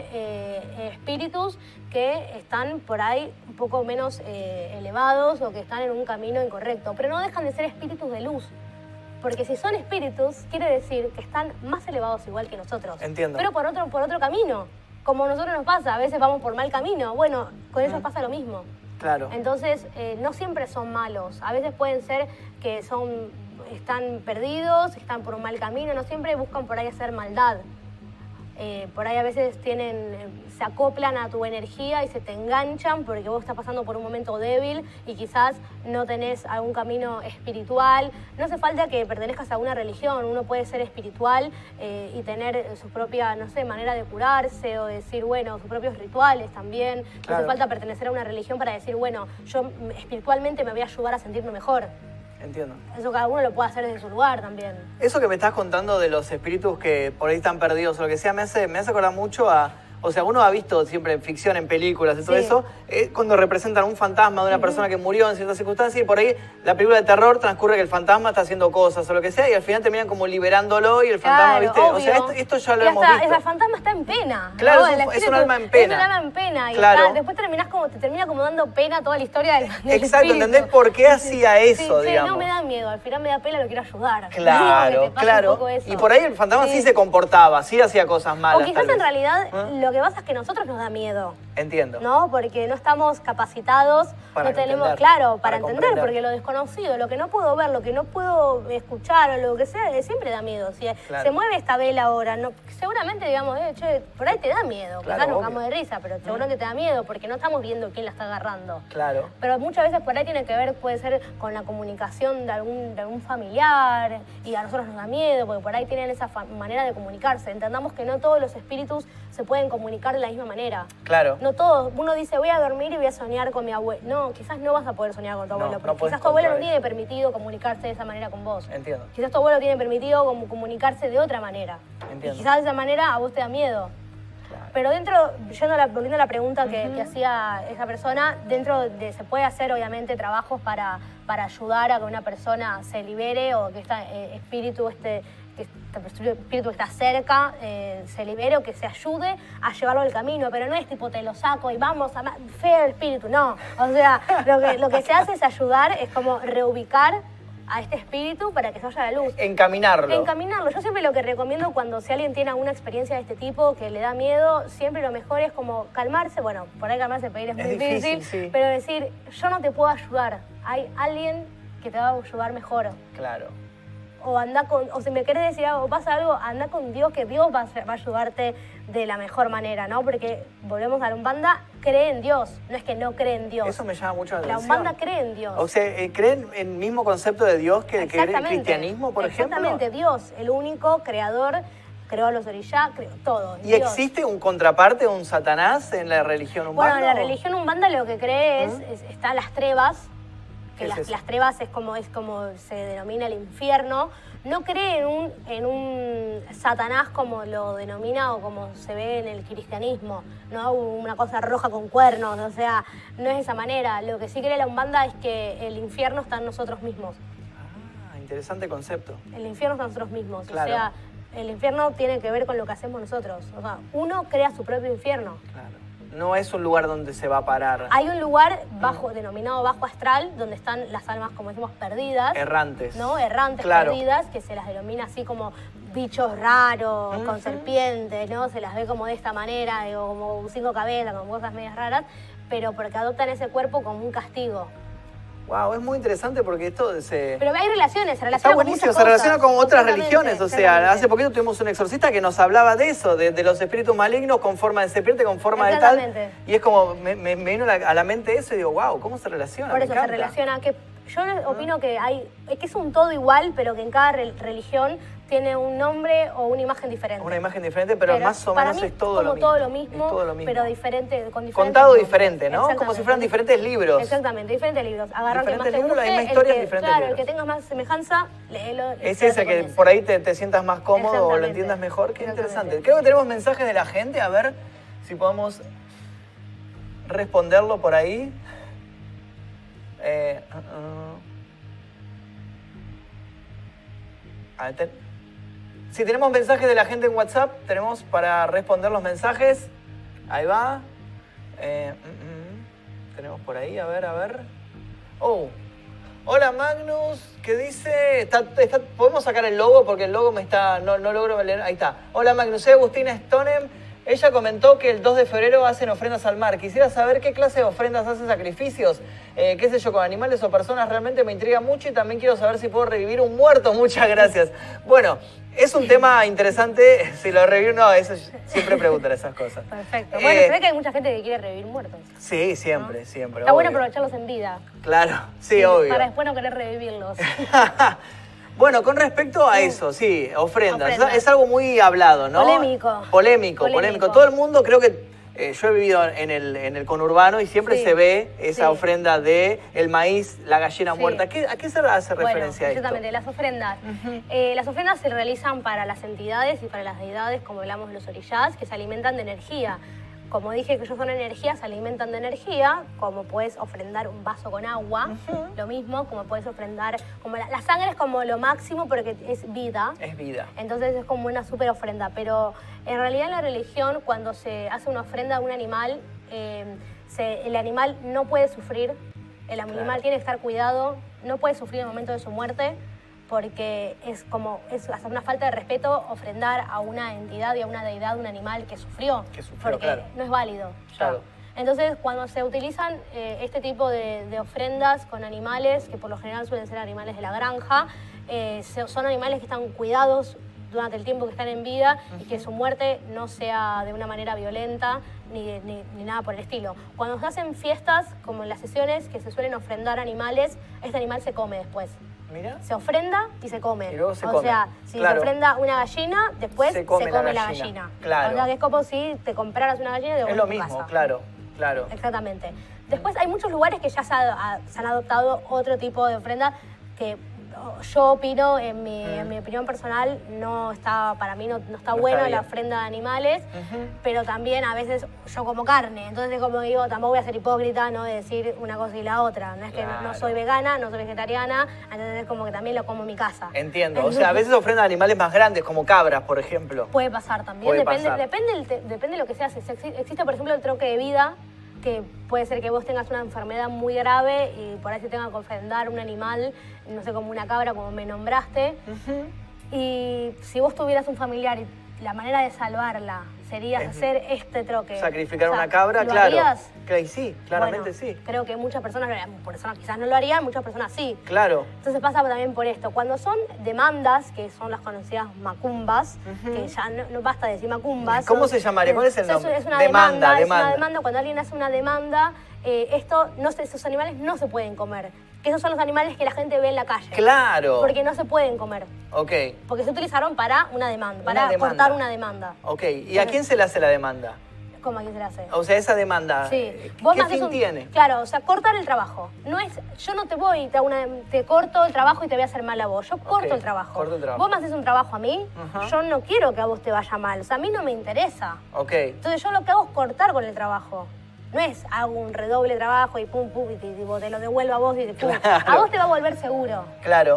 de espíritus que están por ahí un poco menos elevados o que están en un camino incorrecto. Pero no dejan de ser espíritus de luz. Porque si son espíritus, quiere decir que están más elevados igual que nosotros. Entiendo. Pero por otro camino. Como a nosotros nos pasa, a veces vamos por mal camino. Bueno, con ellos pasa lo mismo. Claro. Entonces, no siempre son malos. A veces pueden ser que están perdidos, están por un mal camino. No siempre buscan por ahí hacer maldad. Por ahí a veces se acoplan a tu energía y se te enganchan porque vos estás pasando por un momento débil y quizás no tenés algún camino espiritual. No hace falta que pertenezcas a una religión, uno puede ser espiritual y tener su propia, no sé, manera de curarse o decir, bueno, sus propios rituales también. Claro. No hace falta pertenecer a una religión para decir, bueno, yo espiritualmente me voy a ayudar a sentirme mejor. Entiendo. Eso cada uno lo puede hacer desde su lugar también. Eso que me estás contando de los espíritus que por ahí están perdidos o lo que sea, me hace acordar mucho a... O sea, uno ha visto siempre en ficción, en películas y todo eso, cuando representan un fantasma de una persona que murió en ciertas circunstancias y por ahí la película de terror transcurre que el fantasma está haciendo cosas o lo que sea y al final terminan como liberándolo y el fantasma, ¿viste? Obvio. O sea, esto ya lo y hemos hasta, visto. El fantasma está en pena. Claro, ¿no? es un alma en pena. Es un alma en pena. Y claro. después te termina como dando pena toda la historia del Exacto, espíritu. ¿entendés por qué hacía eso, sí, digamos? No me da miedo, al final me da pena, lo quiero ayudar. Claro, claro. Y por ahí el fantasma sí se comportaba, sí hacía cosas malas. O quizás en realidad lo que pasa es que a nosotros nos da miedo. Entiendo. ¿No? Porque no estamos capacitados, para no tenemos, entender, claro, para entender, comprender. porque lo desconocido, lo que no puedo ver, lo que no puedo escuchar o lo que sea, siempre da miedo. Si se mueve esta vela ahora, no, seguramente digamos, che, por ahí te da miedo, claro, quizás nos cagamos de risa, pero seguramente te da miedo porque no estamos viendo quién la está agarrando. Claro. Pero muchas veces por ahí tiene que ver, puede ser con la comunicación de algún familiar y a nosotros nos da miedo porque por ahí tienen esa manera de comunicarse. Entendamos que no todos los espíritus se pueden comunicar de la misma manera. Claro. No todos. Uno dice, voy a dormir y voy a soñar con mi abuelo. No, quizás no vas a poder soñar con tu abuelo, porque quizás tu abuelo no tiene permitido comunicarse de esa manera con vos. Entiendo. Quizás tu abuelo tiene permitido comunicarse de otra manera. Entiendo. Y quizás de esa manera a vos te da miedo. Claro. Pero volviendo a la pregunta que hacía esa persona, se puede hacer obviamente trabajos para ayudar a que una persona se libere o que este espíritu que está cerca se libere o que se ayude a llevarlo al camino, pero no es tipo te lo saco y vamos a feo el espíritu, no. O sea, lo que se hace es ayudar, es como reubicar a este espíritu para que se vaya a la luz. Encaminarlo. Yo siempre lo que recomiendo si alguien tiene alguna experiencia de este tipo que le da miedo, siempre lo mejor es como calmarse. Bueno, por ahí calmarse pedir es muy difícil, sí. Pero decir, yo no te puedo ayudar. Hay alguien que te va a ayudar mejor. Claro. O si me quieres decir algo, pasa algo, anda con Dios, que Dios va a ayudarte de la mejor manera, ¿no? Porque volvemos a la Umbanda, cree en Dios, no es que no cree en Dios. Eso me llama mucho la atención. La Umbanda cree en Dios. O sea, ¿creen en el mismo concepto de Dios que el cristianismo, por ejemplo? Exactamente, Dios, el único creador, creó a los orishas, creó todo. ¿Y Dios. ¿Existe un contraparte, un Satanás en la religión Umbanda? Bueno, en la religión Umbanda lo que cree están las trevas, que las trevas es como se denomina el infierno. No cree en un Satanás como lo denomina o como se ve en el cristianismo, no una cosa roja con cuernos, o sea, no es de esa manera. Lo que sí cree la Umbanda es que el infierno está en nosotros mismos. Ah, interesante concepto. El infierno está en nosotros mismos, claro. O sea, el infierno tiene que ver con lo que hacemos nosotros. O sea, uno crea su propio infierno. Claro. No es un lugar donde se va a parar. Hay un lugar denominado bajo astral, donde están las almas, como decimos, perdidas. Errantes. ¿No? Errantes, perdidas, que se las denomina así como bichos raros, con serpientes, ¿no? Se las ve como de esta manera, o como 5 cabezas, con cosas medias raras, pero porque adoptan ese cuerpo como un castigo. Wow, es muy interesante porque esto se... Pero hay relaciones, se relaciona Está con buenísimo, muchas se relaciona cosas. con otras religiones. O sea, Exactamente. hace poquito tuvimos un exorcista que nos hablaba de eso, de los espíritus malignos con forma de serpiente, con forma de tal. Y es como, me vino a la mente eso y digo, wow, ¿cómo se relaciona? Por eso se relaciona, que yo opino que que es un todo igual, pero que en cada religión tiene un nombre o una imagen diferente. Una imagen diferente, pero más o menos es todo lo mismo. Todo lo mismo, es todo lo mismo. pero diferente, con diferentes contado nombres. diferente, ¿no? Como si fueran diferentes libros. Exactamente, diferentes libros. Agarrar que más te libros, guste, la misma historia, diferentes claro, libros. el que tengas más semejanza, léelo. Es ese que por ahí te sientas más cómodo o lo entiendas mejor. Qué interesante. Creo que tenemos mensajes de la gente, a ver si podemos responderlo por ahí. Si tenemos mensajes de la gente en WhatsApp, tenemos para responder los mensajes. Ahí va. Tenemos por ahí, a ver. Oh, hola Magnus, ¿qué dice? ¿Podemos sacar el logo? Porque el logo no logro leer. Ahí está. Hola Magnus, soy Agustina Stonem. Ella comentó que el 2 de febrero hacen ofrendas al mar. Quisiera saber qué clase de ofrendas hacen, sacrificios, qué sé yo, con animales o personas. Realmente me intriga mucho y también quiero saber si puedo revivir un muerto. Muchas gracias. Bueno, es un tema interesante. Si lo revivo, no, eso siempre preguntan esas cosas. Perfecto. Bueno, se ve que hay mucha gente que quiere revivir muertos. Sí, siempre, ¿no? siempre. Está bueno aprovecharlos en vida. Claro, sí, obvio. Para después no querer revivirlos. Bueno, con respecto a eso, sí, ofrendas. Es algo muy hablado, ¿no? Polémico. Todo el mundo, creo que yo he vivido en el conurbano y siempre se ve esa ofrenda de el maíz, la gallina muerta. ¿A qué se hace referencia esto? Exactamente, las ofrendas. Las ofrendas se realizan para las entidades y para las deidades, como hablamos de los orishas, que se alimentan de energía. Como dije que ellos son energía, se alimentan de energía, como puedes ofrendar un vaso con agua, lo mismo, como puedes ofrendar, como la sangre es como lo máximo porque es vida. Es vida. Entonces es como una súper ofrenda, pero en realidad en la religión cuando se hace una ofrenda a un animal, el animal no puede sufrir, el animal tiene que estar cuidado, no puede sufrir en el momento de su muerte, porque es hacer una falta de respeto ofrendar a una entidad y a una deidad un animal que sufrió porque no es válido. Claro. Entonces, cuando se utilizan este tipo de ofrendas con animales, que por lo general suelen ser animales de la granja, son animales que están cuidados durante el tiempo que están en vida y que su muerte no sea de una manera violenta ni nada por el estilo. Cuando se hacen fiestas, como en las sesiones que se suelen ofrendar animales, este animal se come después. Mira. Se ofrenda y se come. Y luego se come. O sea, si se ofrenda una gallina, después se come la gallina. Claro. O sea, que es como si te compraras una gallina y es lo mismo, casa. Claro. Exactamente. Después hay muchos lugares que ya se han adoptado otro tipo de ofrenda que yo opino, en mi opinión personal, para mí no está bueno la ofrenda de animales, pero también a veces yo como carne, entonces como digo, tampoco voy a ser hipócrita, no de decir una cosa y la otra, no es que no soy vegana, no soy vegetariana, entonces es como que también lo como en mi casa. Entiendo, o sea, a veces ofrendan animales más grandes, como cabras, por ejemplo. Puede pasar también, depende de lo que se hace. Existe, por ejemplo, el troque de vida, que puede ser que vos tengas una enfermedad muy grave y por ahí se tenga que ofrendar un animal, no sé, como una cabra, como me nombraste. Y si vos tuvieras un familiar y la manera de salvarla sería hacer este troque. Sacrificar una cabra, claro. ¿Harías? Sí, claramente sí. Creo que muchas personas quizás no lo harían, muchas personas sí. Claro. Entonces pasa también por esto. Cuando son demandas, que son las conocidas macumbas, que ya no basta decir macumbas. ¿Cómo se llamaría? ¿Cuál es el nombre? Es una demanda. Es una demanda. Cuando alguien hace una demanda, esos animales no se pueden comer. Que esos son los animales que la gente ve en la calle. Claro. Porque no se pueden comer. Ok. Porque se utilizaron para una demanda, para cortar una demanda. Ok. ¿Y a quién se le hace la demanda? ¿Cómo a quién se le hace? O sea, esa demanda, sí. ¿qué fin tiene? Claro, o sea, cortar el trabajo. No es, yo no te voy, te corto el trabajo y te voy a hacer mal a vos. Yo corto el trabajo. Corto el trabajo. Vos me haces un trabajo a mí, yo no quiero que a vos te vaya mal. O sea, a mí no me interesa. Ok. Entonces yo lo que hago es cortar con el trabajo. No es hago un redoble trabajo y pum, pum, y te lo devuelvo a vos y pum. Claro. A vos te va a volver seguro. Claro.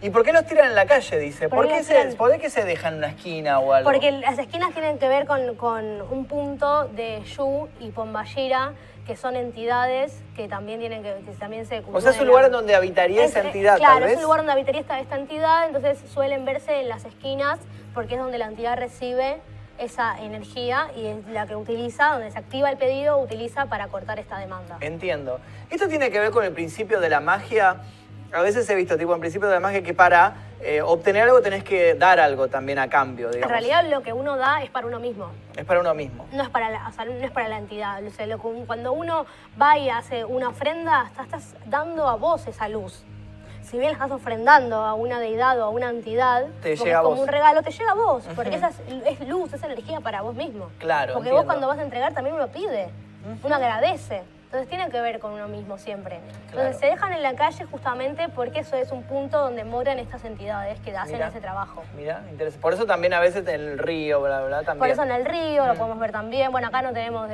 ¿Y por qué los tiran en la calle, dice? ¿Por qué se dejan en una esquina o algo? Porque las esquinas tienen que ver con un punto de Yu y Pombayira, que son entidades que también también se... O sea, es un lugar donde habitaría esa entidad, claro, tal vez. es un lugar donde habitaría esta entidad, entonces suelen verse en las esquinas porque es donde la entidad recibe esa energía y es la que utiliza, donde se activa el pedido, utiliza para cortar esta demanda. Entiendo. Esto tiene que ver con el principio de la magia. A veces he visto, tipo, en principio de la magia, que para obtener algo tenés que dar algo también a cambio, digamos. En realidad lo que uno da es para uno mismo. Es para uno mismo. No es para la entidad. O sea, cuando uno va y hace una ofrenda, estás dando a vos esa luz. Si bien estás ofrendando a una deidad o a una entidad, te llega a vos. Como un regalo, te llega a vos. Porque esa es luz, es energía para vos mismo. Claro, porque entiendo. vos cuando vas a entregar también uno pide, uno agradece. Entonces tiene que ver con uno mismo siempre. Entonces Claro. se dejan en la calle justamente porque eso es un punto donde moran estas entidades que hacen ese trabajo. Mira, interesante. Por eso también a veces en el río, bla, bla, también. Por eso en el río lo podemos ver también. Bueno, acá no tenemos,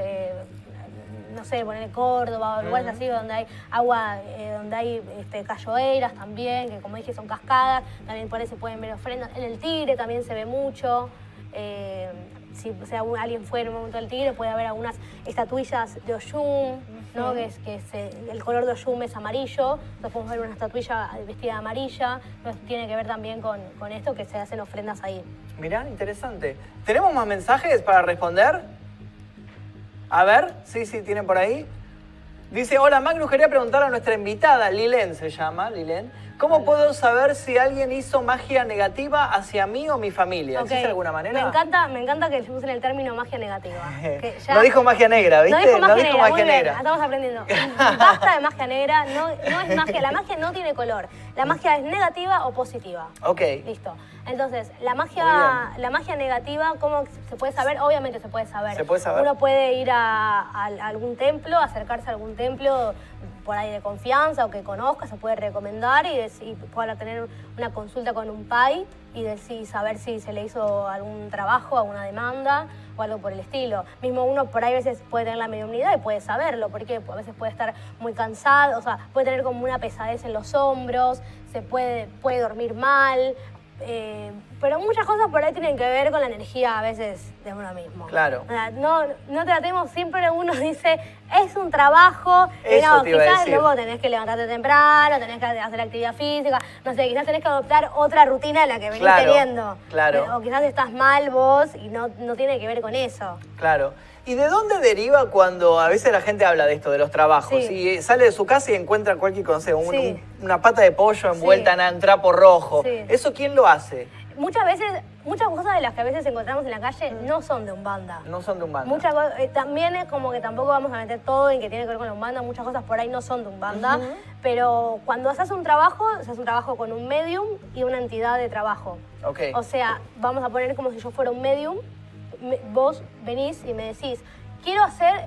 no sé, poner Córdoba o lugares así donde hay agua, donde hay cachoeiras también, que como dije son cascadas. También por ahí se pueden ver ofrendas. En el Tigre también se ve mucho. Si alguien fue en un momento del Tigre, puede haber algunas estatuillas de Oyum, ¿no? El color de Oyum es amarillo, entonces podemos ver una estatuilla vestida de amarilla, entonces tiene que ver también con esto, que se hacen ofrendas ahí. Mirá, interesante. ¿Tenemos más mensajes para responder? A ver, sí, tienen por ahí. Dice, hola Magnus, quería preguntar a nuestra invitada, Lilén se llama, Lilén. ¿Cómo puedo saber si alguien hizo magia negativa hacia mí o mi familia? Okay. ¿Existe alguna manera? Me encanta que usen el término magia negativa. Que ya... No dijo magia negra, ¿viste? No dijo magia magia negra. Estamos aprendiendo. Basta de magia negra, no es magia. La magia no tiene color. La magia es negativa o positiva. Ok. Listo. Entonces, la magia negativa, ¿cómo se puede saber? Obviamente se puede saber. ¿Se puede saber? Uno puede ir a algún templo, acercarse a algún templo por ahí de confianza o que conozca, se puede recomendar y pueda tener una consulta con un PAI y saber si se le hizo algún trabajo, alguna demanda o algo por el estilo. Mismo uno por ahí a veces puede tener la mediunidad y puede saberlo, porque a veces puede estar muy cansado, o sea, puede tener como una pesadez en los hombros, puede dormir mal, pero muchas cosas por ahí tienen que ver con la energía a veces de uno mismo. Claro. No tratemos, siempre uno dice, es un trabajo, Eso te iba a quizás decir. luego tenés que levantarte temprano, tenés que hacer actividad física, no sé, quizás tenés que adoptar otra rutina de la que venís teniendo. Claro. O quizás estás mal vos y no tiene que ver con eso. Claro. ¿Y de dónde deriva cuando a veces la gente habla de esto, de los trabajos? Sí. Y sale de su casa y encuentra cualquier cosa, Sí. una pata de pollo envuelta en trapo rojo. Sí. ¿Eso quién lo hace? Muchas cosas de las que a veces encontramos en la calle no son de Umbanda. No son de Umbanda. También es como que tampoco vamos a meter todo en que tiene que ver con la Umbanda, muchas cosas por ahí no son de Umbanda, pero cuando haces un trabajo, se hace un trabajo con un medium y una entidad de trabajo. Okay. O sea, vamos a poner como si yo fuera un medium, vos venís y me decís, quiero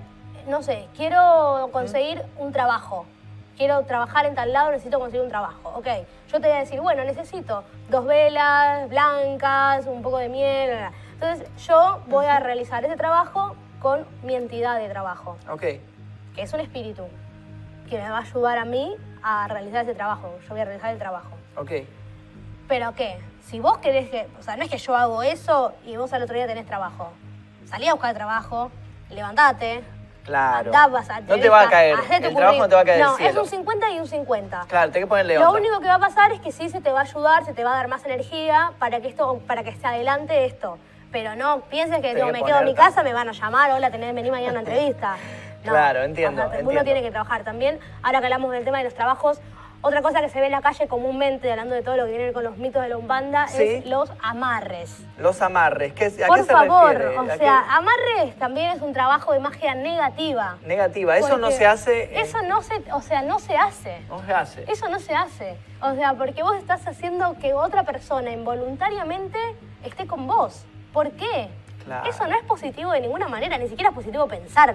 conseguir un trabajo. Quiero trabajar en tal lado, necesito conseguir un trabajo. Ok, yo te voy a decir, bueno, necesito 2 velas blancas, un poco de miel, bla, bla. Entonces yo voy a realizar ese trabajo con mi entidad de trabajo, Ok. que es un espíritu, que me va a ayudar a mí a realizar ese trabajo. Yo voy a realizar el trabajo. Ok. ¿Pero qué? Si vos querés o sea, no es que yo hago eso y vos al otro día tenés trabajo. Salí a buscar trabajo, levantate. Claro. No te va a caer. El trabajo no te va a caer del cielo. Es un 50 y un 50. Claro, tenés que ponerle onda. Lo único que va a pasar es que sí se te va a ayudar, se te va a dar más energía para que se adelante esto. Pero no pienses que me quedo en mi casa, me van a llamar, hola, vení mañana a una entrevista. No. Claro, entiendo. Uno tiene que trabajar también. Ahora que hablamos del tema de los trabajos, otra cosa que se ve en la calle comúnmente, hablando de todo lo que viene con los mitos de la Umbanda, es los amarres. Los amarres. ¿A qué se favor, refiere? o sea, amarres también es un trabajo de magia negativa. Negativa, eso no se hace. Eso no se hace. No se hace. Eso no se hace. O sea, porque vos estás haciendo que otra persona involuntariamente esté con vos. ¿Por qué? Claro. Eso no es positivo de ninguna manera, ni siquiera es positivo pensarlo.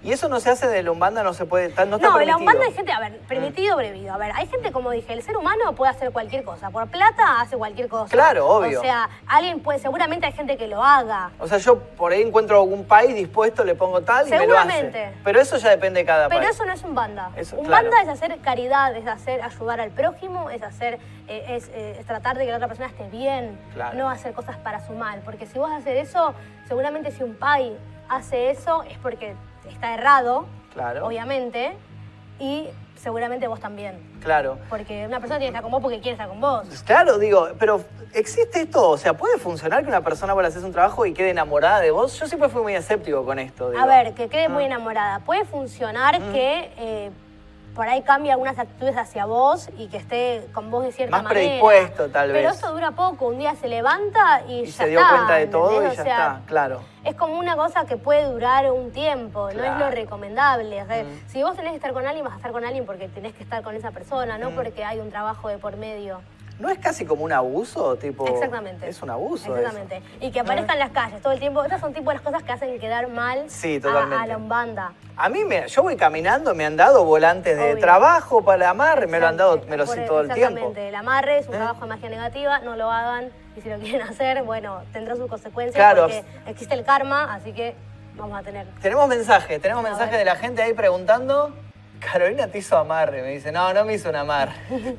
Y eso no se hace de la Umbanda, no se puede, no está No, en permitido. la Umbanda hay gente, a ver, permitido, prohibido. A ver, hay gente, como dije, el ser humano puede hacer cualquier cosa. Por plata hace cualquier cosa. Claro, obvio. O sea, alguien puede, seguramente hay gente que lo haga. O sea, yo por ahí encuentro algún país dispuesto, le pongo tal y me lo hace. Seguramente. Pero eso ya depende de cada Pero país. eso no es Umbanda. Eso, Umbanda claro. es hacer caridad, es hacer ayudar al prójimo, es hacer, es tratar de que la otra persona esté bien, Claro. no hacer cosas para su mal. Porque si vos haces eso, seguramente si un pai hace eso es porque está errado, Claro. obviamente, y seguramente vos también. Claro. Porque una persona tiene que estar con vos porque quiere estar con vos. Claro, digo, pero ¿existe esto? O sea, ¿puede funcionar que una persona vos le haces un trabajo y quede enamorada de vos? Yo siempre fui muy escéptico con esto. Digo. A ver, que quede muy enamorada. Puede funcionar que por ahí cambie algunas actitudes hacia vos y que esté con vos de cierta Más manera. predispuesto, tal vez. Pero eso dura poco. Un día se levanta y ya se dio está, cuenta de todo y ¿entendés? ya O sea, está, claro. Es como una cosa que puede durar un tiempo, no es Claro. lo recomendable. O sea, si vos tenés que estar con alguien, vas a estar con alguien porque tenés que estar con esa persona, no porque hay un trabajo de por medio. ¿No es casi como un abuso? Tipo, Exactamente. Es un abuso. Exactamente. Y que aparezcan en las calles todo el tiempo. Estas son tipo de las cosas que hacen quedar mal Sí, a totalmente. la Umbanda. A mí, yo voy caminando, me han dado volantes de Obvio. trabajo para amarre, me lo han dado, me lo sé todo el tiempo. Exactamente. El amarre es un trabajo de magia negativa, no lo hagan. Y si lo quieren hacer, bueno, tendrá sus consecuencias Claro. porque existe el karma, así que vamos a tener. Tenemos mensajes ver. de la gente ahí preguntando. Carolina te hizo amarre, me dice. No, no me hizo un amarre.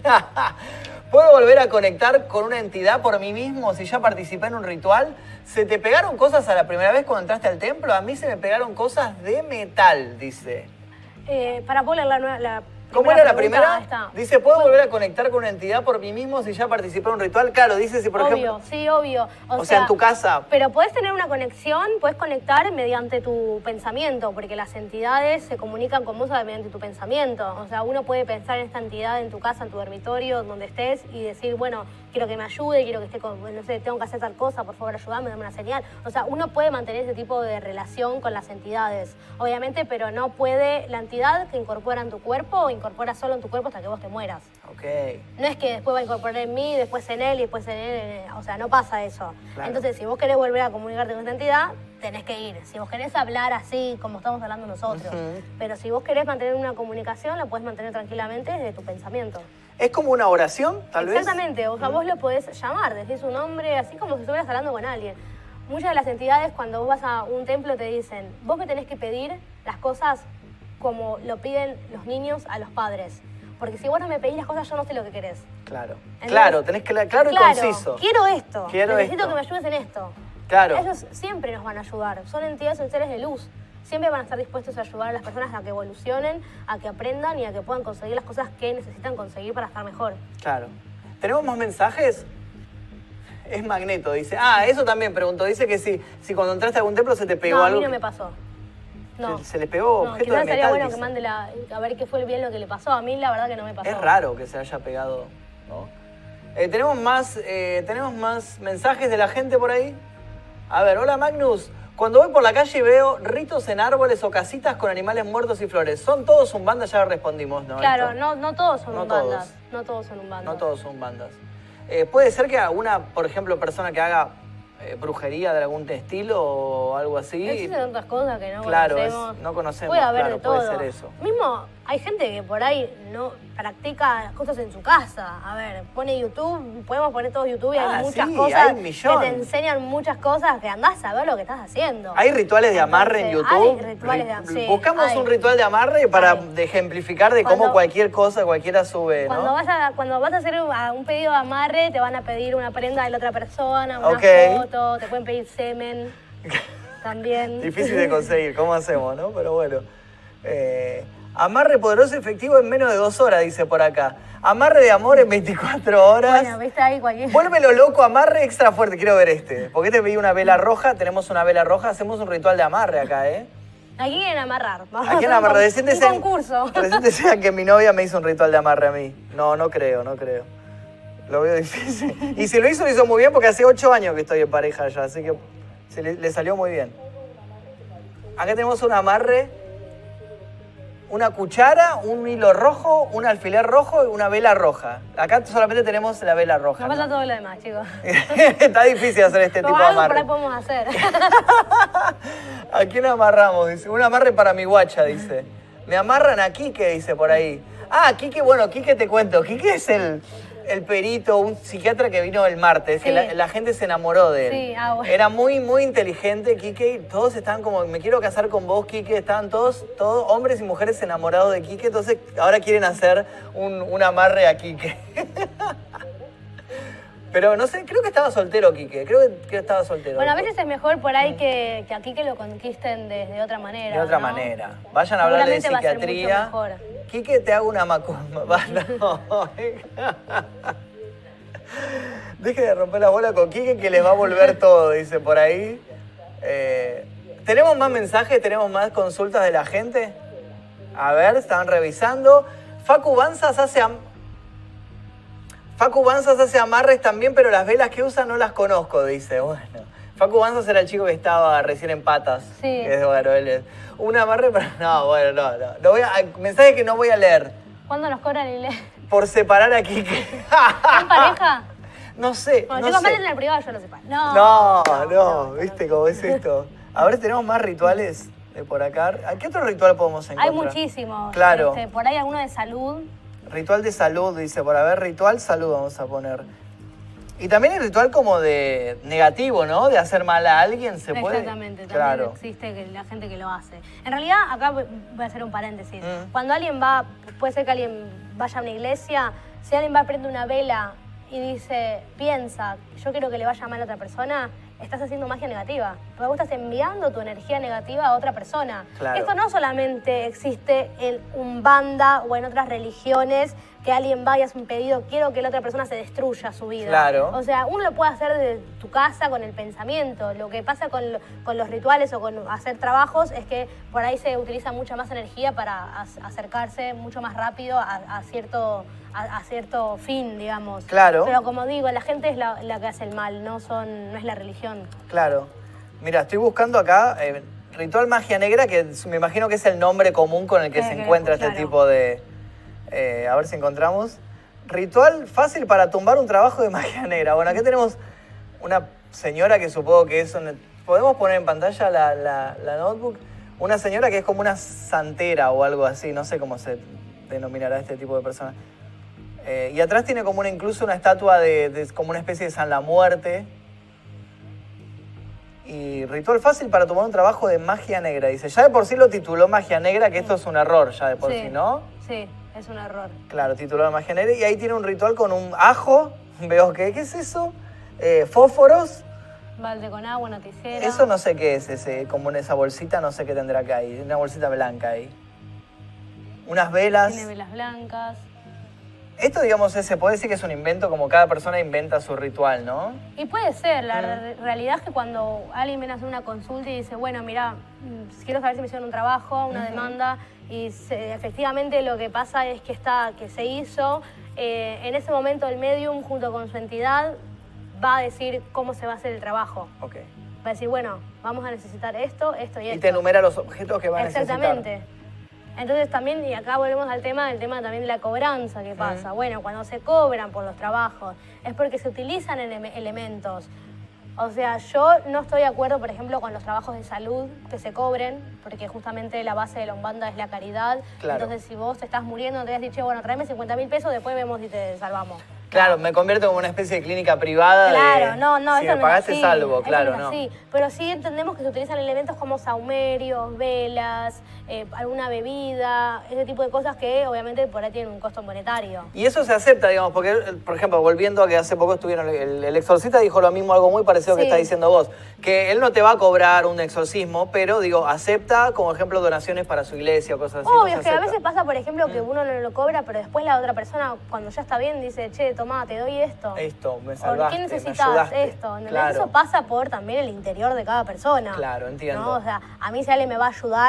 ¿Puedo volver a conectar con una entidad por mí mismo si ya participé en un ritual? ¿Se te pegaron cosas a la primera vez cuando entraste al templo? A mí se me pegaron cosas de metal, dice. Para poder la ¿Cómo era la pregunta, primera? ahí está. Dice, ¿puedo volver a conectar con una entidad por mí mismo si ya participé en un ritual? Claro, dice si por Obvio, ejemplo... sí, obvio. O sea, en tu casa... Pero podés tener una conexión, podés conectar mediante tu pensamiento, porque las entidades se comunican con vos mediante tu pensamiento. O sea, uno puede pensar en esta entidad en tu casa, en tu dormitorio, donde estés, y decir, bueno, quiero que me ayude, quiero que esté con, no sé, tengo que hacer tal cosa, por favor ayúdame, dame una señal. O sea, uno puede mantener ese tipo de relación con las entidades, obviamente, pero no puede la entidad que incorpora en tu cuerpo, incorpora solo en tu cuerpo hasta que vos te mueras. Ok. No es que después va a incorporar en mí, después en él y después en él. O sea, no pasa eso. Claro. Entonces, si vos querés volver a comunicarte con esta entidad, tenés que ir. Si vos querés hablar así, como estamos hablando nosotros. Pero si vos querés mantener una comunicación, la podés mantener tranquilamente desde tu pensamiento. ¿Es como una oración, tal vez? Exactamente. O sea, vos lo podés llamar, decís su nombre, así como si estuvieras hablando con alguien. Muchas de las entidades, cuando vos vas a un templo, te dicen, vos me tenés que pedir las cosas como lo piden los niños a los padres. Porque si vos no me pedís las cosas, yo no sé lo que querés. Claro. Entonces, Claro, tenés que... Claro y conciso. Quiero esto. Quiero Necesito esto. que me ayudes en esto. Claro. Ellos siempre nos van a ayudar. Son entidades, son seres de luz. Siempre van a estar dispuestos a ayudar a las personas a que evolucionen, a que aprendan y a que puedan conseguir las cosas que necesitan conseguir para estar mejor. Claro. ¿Tenemos más mensajes? Es Magneto, dice. Ah, eso también preguntó. Dice que si cuando entraste a algún templo se te pegó No, a algo. mí no me pasó. No. Se les pegó No, objeto quizás de sería metal. bueno dice. que mande a ver qué fue bien lo que le pasó. A mí la verdad que no me pasó. Es raro que se haya pegado, ¿no? Tenemos más mensajes de la gente por ahí. A ver, hola Magnus. Cuando voy por la calle veo ritos en árboles o casitas con animales muertos y flores. ¿Son todos umbandas? Ya respondimos, ¿no? Claro, Esto. no todos son No umbandas. todos. No todos son umbandas. No todos son bandas. ¿Puede ser que alguna, por ejemplo, persona que haga brujería de algún estilo o algo así? Existen tantas cosas que no Claro, conocemos. no conocemos. Puede haber claro, de todo. Puede ser eso. Mismo hay gente que por ahí no practica cosas en su casa. A ver, pone YouTube, podemos poner todos YouTube y Ah, hay muchas sí, cosas hay un millón. que te enseñan muchas cosas que andás a ver lo que estás haciendo. ¿Hay rituales de amarre en Entonces, YouTube? hay rituales de sí, Buscamos hay. un ritual de amarre para Hay. de ejemplificar de cómo Cuando- cualquier cosa, cualquiera sube, Cuando ¿no? vas a hacer un pedido de amarre, te van a pedir una prenda de la otra persona, una Ok. foto, te pueden pedir semen también. Difícil de conseguir, ¿cómo hacemos, no? Pero bueno. Amarre poderoso y efectivo en menos de 2 horas, dice por acá. Amarre de amor en 24 horas. Bueno, viste ahí cualquier... Vuélvelo loco, amarre extra fuerte. Quiero ver este. Porque te pedí una vela roja, tenemos una vela roja, hacemos un ritual de amarre acá, ¿eh? Aquí quieren amarrar. Vamos ¿A quién a hacer amarre? un Recién decían, concurso. recién decían que mi novia me hizo un ritual de amarre a mí. No, no creo. Lo veo difícil. Y si lo hizo muy bien porque hace 8 años que estoy en pareja ya, así que le salió muy bien. Acá tenemos un amarre una cuchara, un hilo rojo, un alfiler rojo y una vela roja. Acá solamente tenemos la vela roja. No pasa todo lo demás, chicos. Está difícil hacer este tipo de algo amarre. por ahí podemos hacer. ¿A quién amarramos? Dice, un amarre para mi guacha, dice. Me amarran a Quique, dice por ahí. Ah, Quique, bueno, Quique te cuento. Quique es el perito, un psiquiatra que vino el martes, Sí. que la gente se enamoró de él. Sí, bueno. Era muy, muy inteligente, Quique, y todos estaban como, me quiero casar con vos, Quique. Estaban todos hombres y mujeres enamorados de Quique, entonces ahora quieren hacer un amarre a Quique. Pero no sé, creo que estaba soltero, Quique. Creo que estaba soltero. Bueno, a veces es mejor por ahí que aquí que lo conquisten de otra manera. De otra ¿no? manera. Vayan a hablar de Seguramente va a ser mucho psiquiatría. mejor. Quique, te hago una macumba. Va, no. Deje de romper la bola con Quique que les va a volver todo, dice por ahí. ¿Tenemos más mensajes? ¿Tenemos más consultas de la gente? A ver, estaban revisando. Facu Banzas hace amarres también, pero las velas que usa no las conozco, dice. Bueno, Facu Banzas era el chico que estaba recién en Patas. Sí. Bueno, él es un amarre, pero no, bueno, no. Mensaje que no voy a leer. ¿Cuándo nos cobran el Por separar a Quique. ¿En pareja? No sé, Bueno, no chicos, sé. manden en el privado, yo lo separo. No, ¿viste cómo es esto? A ver, ¿tenemos más rituales de por acá? ¿A qué otro ritual podemos encontrar? Hay muchísimos. Claro. Por ahí alguno de salud. Ritual de salud, dice, por haber ritual salud vamos a poner. Y también el ritual como de negativo, ¿no? De hacer mal a alguien, ¿se puede? Exactamente, también Claro. existe la gente que lo hace. En realidad, acá voy a hacer un paréntesis. Mm. Cuando alguien va, puede ser que alguien vaya a una iglesia, si alguien va a prender una vela y dice, piensa, yo quiero que le vaya mal a otra persona, estás haciendo magia negativa. Porque vos estás enviando tu energía negativa a otra persona. Claro. Esto no solamente existe en Umbanda o en otras religiones, que alguien vaya y hace un pedido, quiero que la otra persona se destruya su vida. Claro. O sea, uno lo puede hacer desde tu casa con el pensamiento. Lo que pasa con los rituales o con hacer trabajos es que por ahí se utiliza mucha más energía para acercarse mucho más rápido a cierto fin, digamos. Claro. Pero como digo, la gente es la que hace el mal, no es la religión. Claro. Mira, estoy buscando acá ritual magia negra, que me imagino que es el nombre común con el que se encuentra este claro. tipo de... a ver si encontramos. Ritual fácil para tumbar un trabajo de magia negra. Bueno, aquí tenemos una señora que supongo que es... ¿Podemos poner en pantalla la notebook? Una señora que es como una santera o algo así, no sé cómo se denominará este tipo de persona. Y atrás tiene como incluso una estatua de como una especie de San la Muerte. Y ritual fácil para tomar un trabajo de magia negra. Dice, ya de por sí lo tituló magia negra, que esto es un error ya de por sí, ¿no? Sí, es un error. Claro, tituló de magia negra. Y ahí tiene un ritual con un ajo. Veo que, ¿qué es eso? Fósforos. Balde con agua, noticiera. Eso no sé qué es, como en esa bolsita, no sé qué tendrá acá ahí. Una bolsita blanca ahí. Unas velas. Tiene velas blancas. Esto, digamos, se puede decir que es un invento, como cada persona inventa su ritual, ¿no? Y puede ser, la realidad es que cuando alguien viene a hacer una consulta y dice, bueno, mira, quiero saber si me hicieron un trabajo, una demanda, y efectivamente lo que pasa es que se hizo, en ese momento el medium junto con su entidad va a decir cómo se va a hacer el trabajo. Ok. Va a decir, bueno, vamos a necesitar esto y esto. Y te enumera los objetos que van a necesitar. Exactamente. Entonces también, y acá volvemos al tema también de la cobranza que pasa. Bueno, cuando se cobran por los trabajos es porque se utilizan elementos. O sea, yo no estoy de acuerdo, por ejemplo, con los trabajos de salud que se cobren, porque justamente la base de la Umbanda es la caridad. Claro. Entonces, si vos te estás muriendo, te has dicho, bueno, tráeme 50.000 pesos, después vemos si te salvamos. Claro, me convierto como una especie de clínica privada. Claro, no, si eso me no pagaste es así. salvo, Eso claro, no. Es así. Pero sí entendemos que se utilizan elementos como saumerios, velas, alguna bebida, ese tipo de cosas que obviamente por ahí tienen un costo monetario. Y eso se acepta, digamos, porque, por ejemplo, volviendo a que hace poco estuvieron, el exorcista dijo lo mismo, algo muy parecido que Sí. está diciendo vos, que él no te va a cobrar un exorcismo, pero, digo, acepta, como ejemplo, donaciones para su iglesia o cosas así. Obvio, eso es que a acepta. veces pasa, por ejemplo, que uno no lo cobra, pero después la otra persona, cuando ya está bien, dice, che, tomá, te doy esto. Esto, me ¿Por salvaste, qué me necesitas ayudaste. esto? ¿Entendés? Claro. Eso pasa por también el interior de cada persona. Claro, entiendo. ¿No? O sea, a mí si alguien me va a ayudar,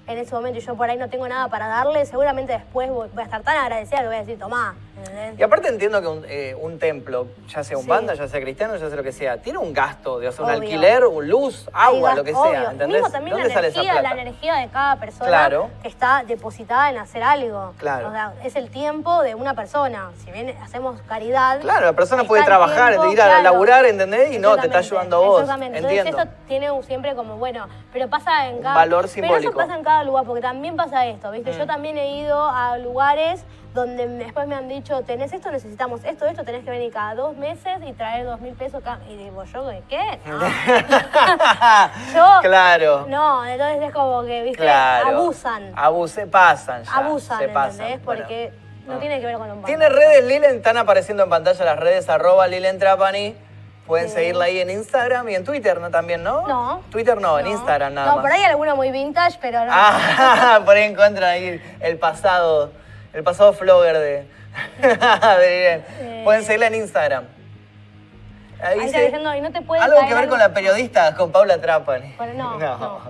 en ese momento y yo por ahí no tengo nada para darle, seguramente después voy a estar tan agradecida que voy a decir, tomá. ¿Entendés? Y aparte entiendo que un templo, ya sea un Sí. banda, ya sea cristiano, ya sea lo que sea, tiene un gasto de, o sea, un Obvio. alquiler, un luz, agua, lo que Obvio. sea, ¿entendés? Mismo también ¿Dónde sale esa plata? la energía de cada persona Claro. que está depositada en hacer algo. Claro. O sea, es el tiempo de una persona. Si bien hacemos caridad... Claro, la persona está puede el trabajar, tiempo, ir a claro. laburar, ¿entendés? Y no, te está Exactamente, ayudando a vos. Exactamente. Entiendo. Entonces eso tiene siempre como, bueno, pero pasa en cada... valor Pero simbólico. eso pasa en cada lugar, porque también pasa esto, ¿viste? Yo también he ido a lugares donde después me han dicho, tenés esto, necesitamos esto, tenés que venir cada 2 meses y traer 2.000 pesos cada... Y digo, ¿yo de qué? No. Yo... Claro. No, entonces es como que, ¿viste? Claro. Abusan. Pasan ya. Abusan, se pasan. ¿entendés? Porque no tiene que ver con un Tiene bando. redes, Lilen, están apareciendo en pantalla las redes, @Lilen Trapani. Pueden seguirla ahí en Instagram y en Twitter, ¿no? También, ¿no? No. Twitter no, en Instagram nada No, más. por ahí alguno muy vintage, pero no. Ah, por ahí encuentran ahí el pasado flogger de Lilen. Pueden seguirla en Instagram. Ahí está diciendo, y no te puede algo caer que ver con la periodista, con Paula Trapani. Bueno, no.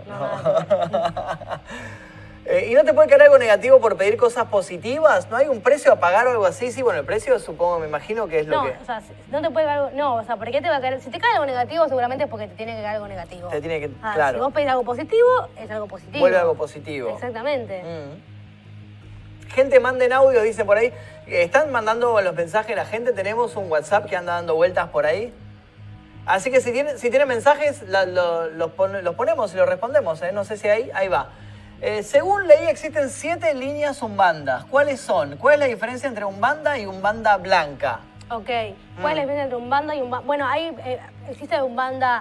¿Y no te puede caer algo negativo por pedir cosas positivas? ¿No hay un precio a pagar o algo así? Sí, bueno, el precio supongo, me imagino que es lo No, que... o sea, no te puede caer algo... No, o sea, ¿por qué te va a caer? Si te cae algo negativo, seguramente es porque te tiene que caer algo negativo. Te tiene que... Ah, claro. Si vos pedís algo positivo, es algo positivo. Vuelve algo positivo. Exactamente. Gente, manden audio, dice por ahí. ¿Están mandando los mensajes la gente? Tenemos un WhatsApp que anda dando vueltas por ahí. Así que si tienen mensajes, los ponemos y los respondemos. No sé si ahí va. Según leí, existen 7 líneas umbandas. ¿Cuáles son? ¿Cuál es la diferencia entre umbanda y umbanda blanca? Ok. ¿Cuál es la diferencia entre umbanda y umbanda? Bueno, existe umbanda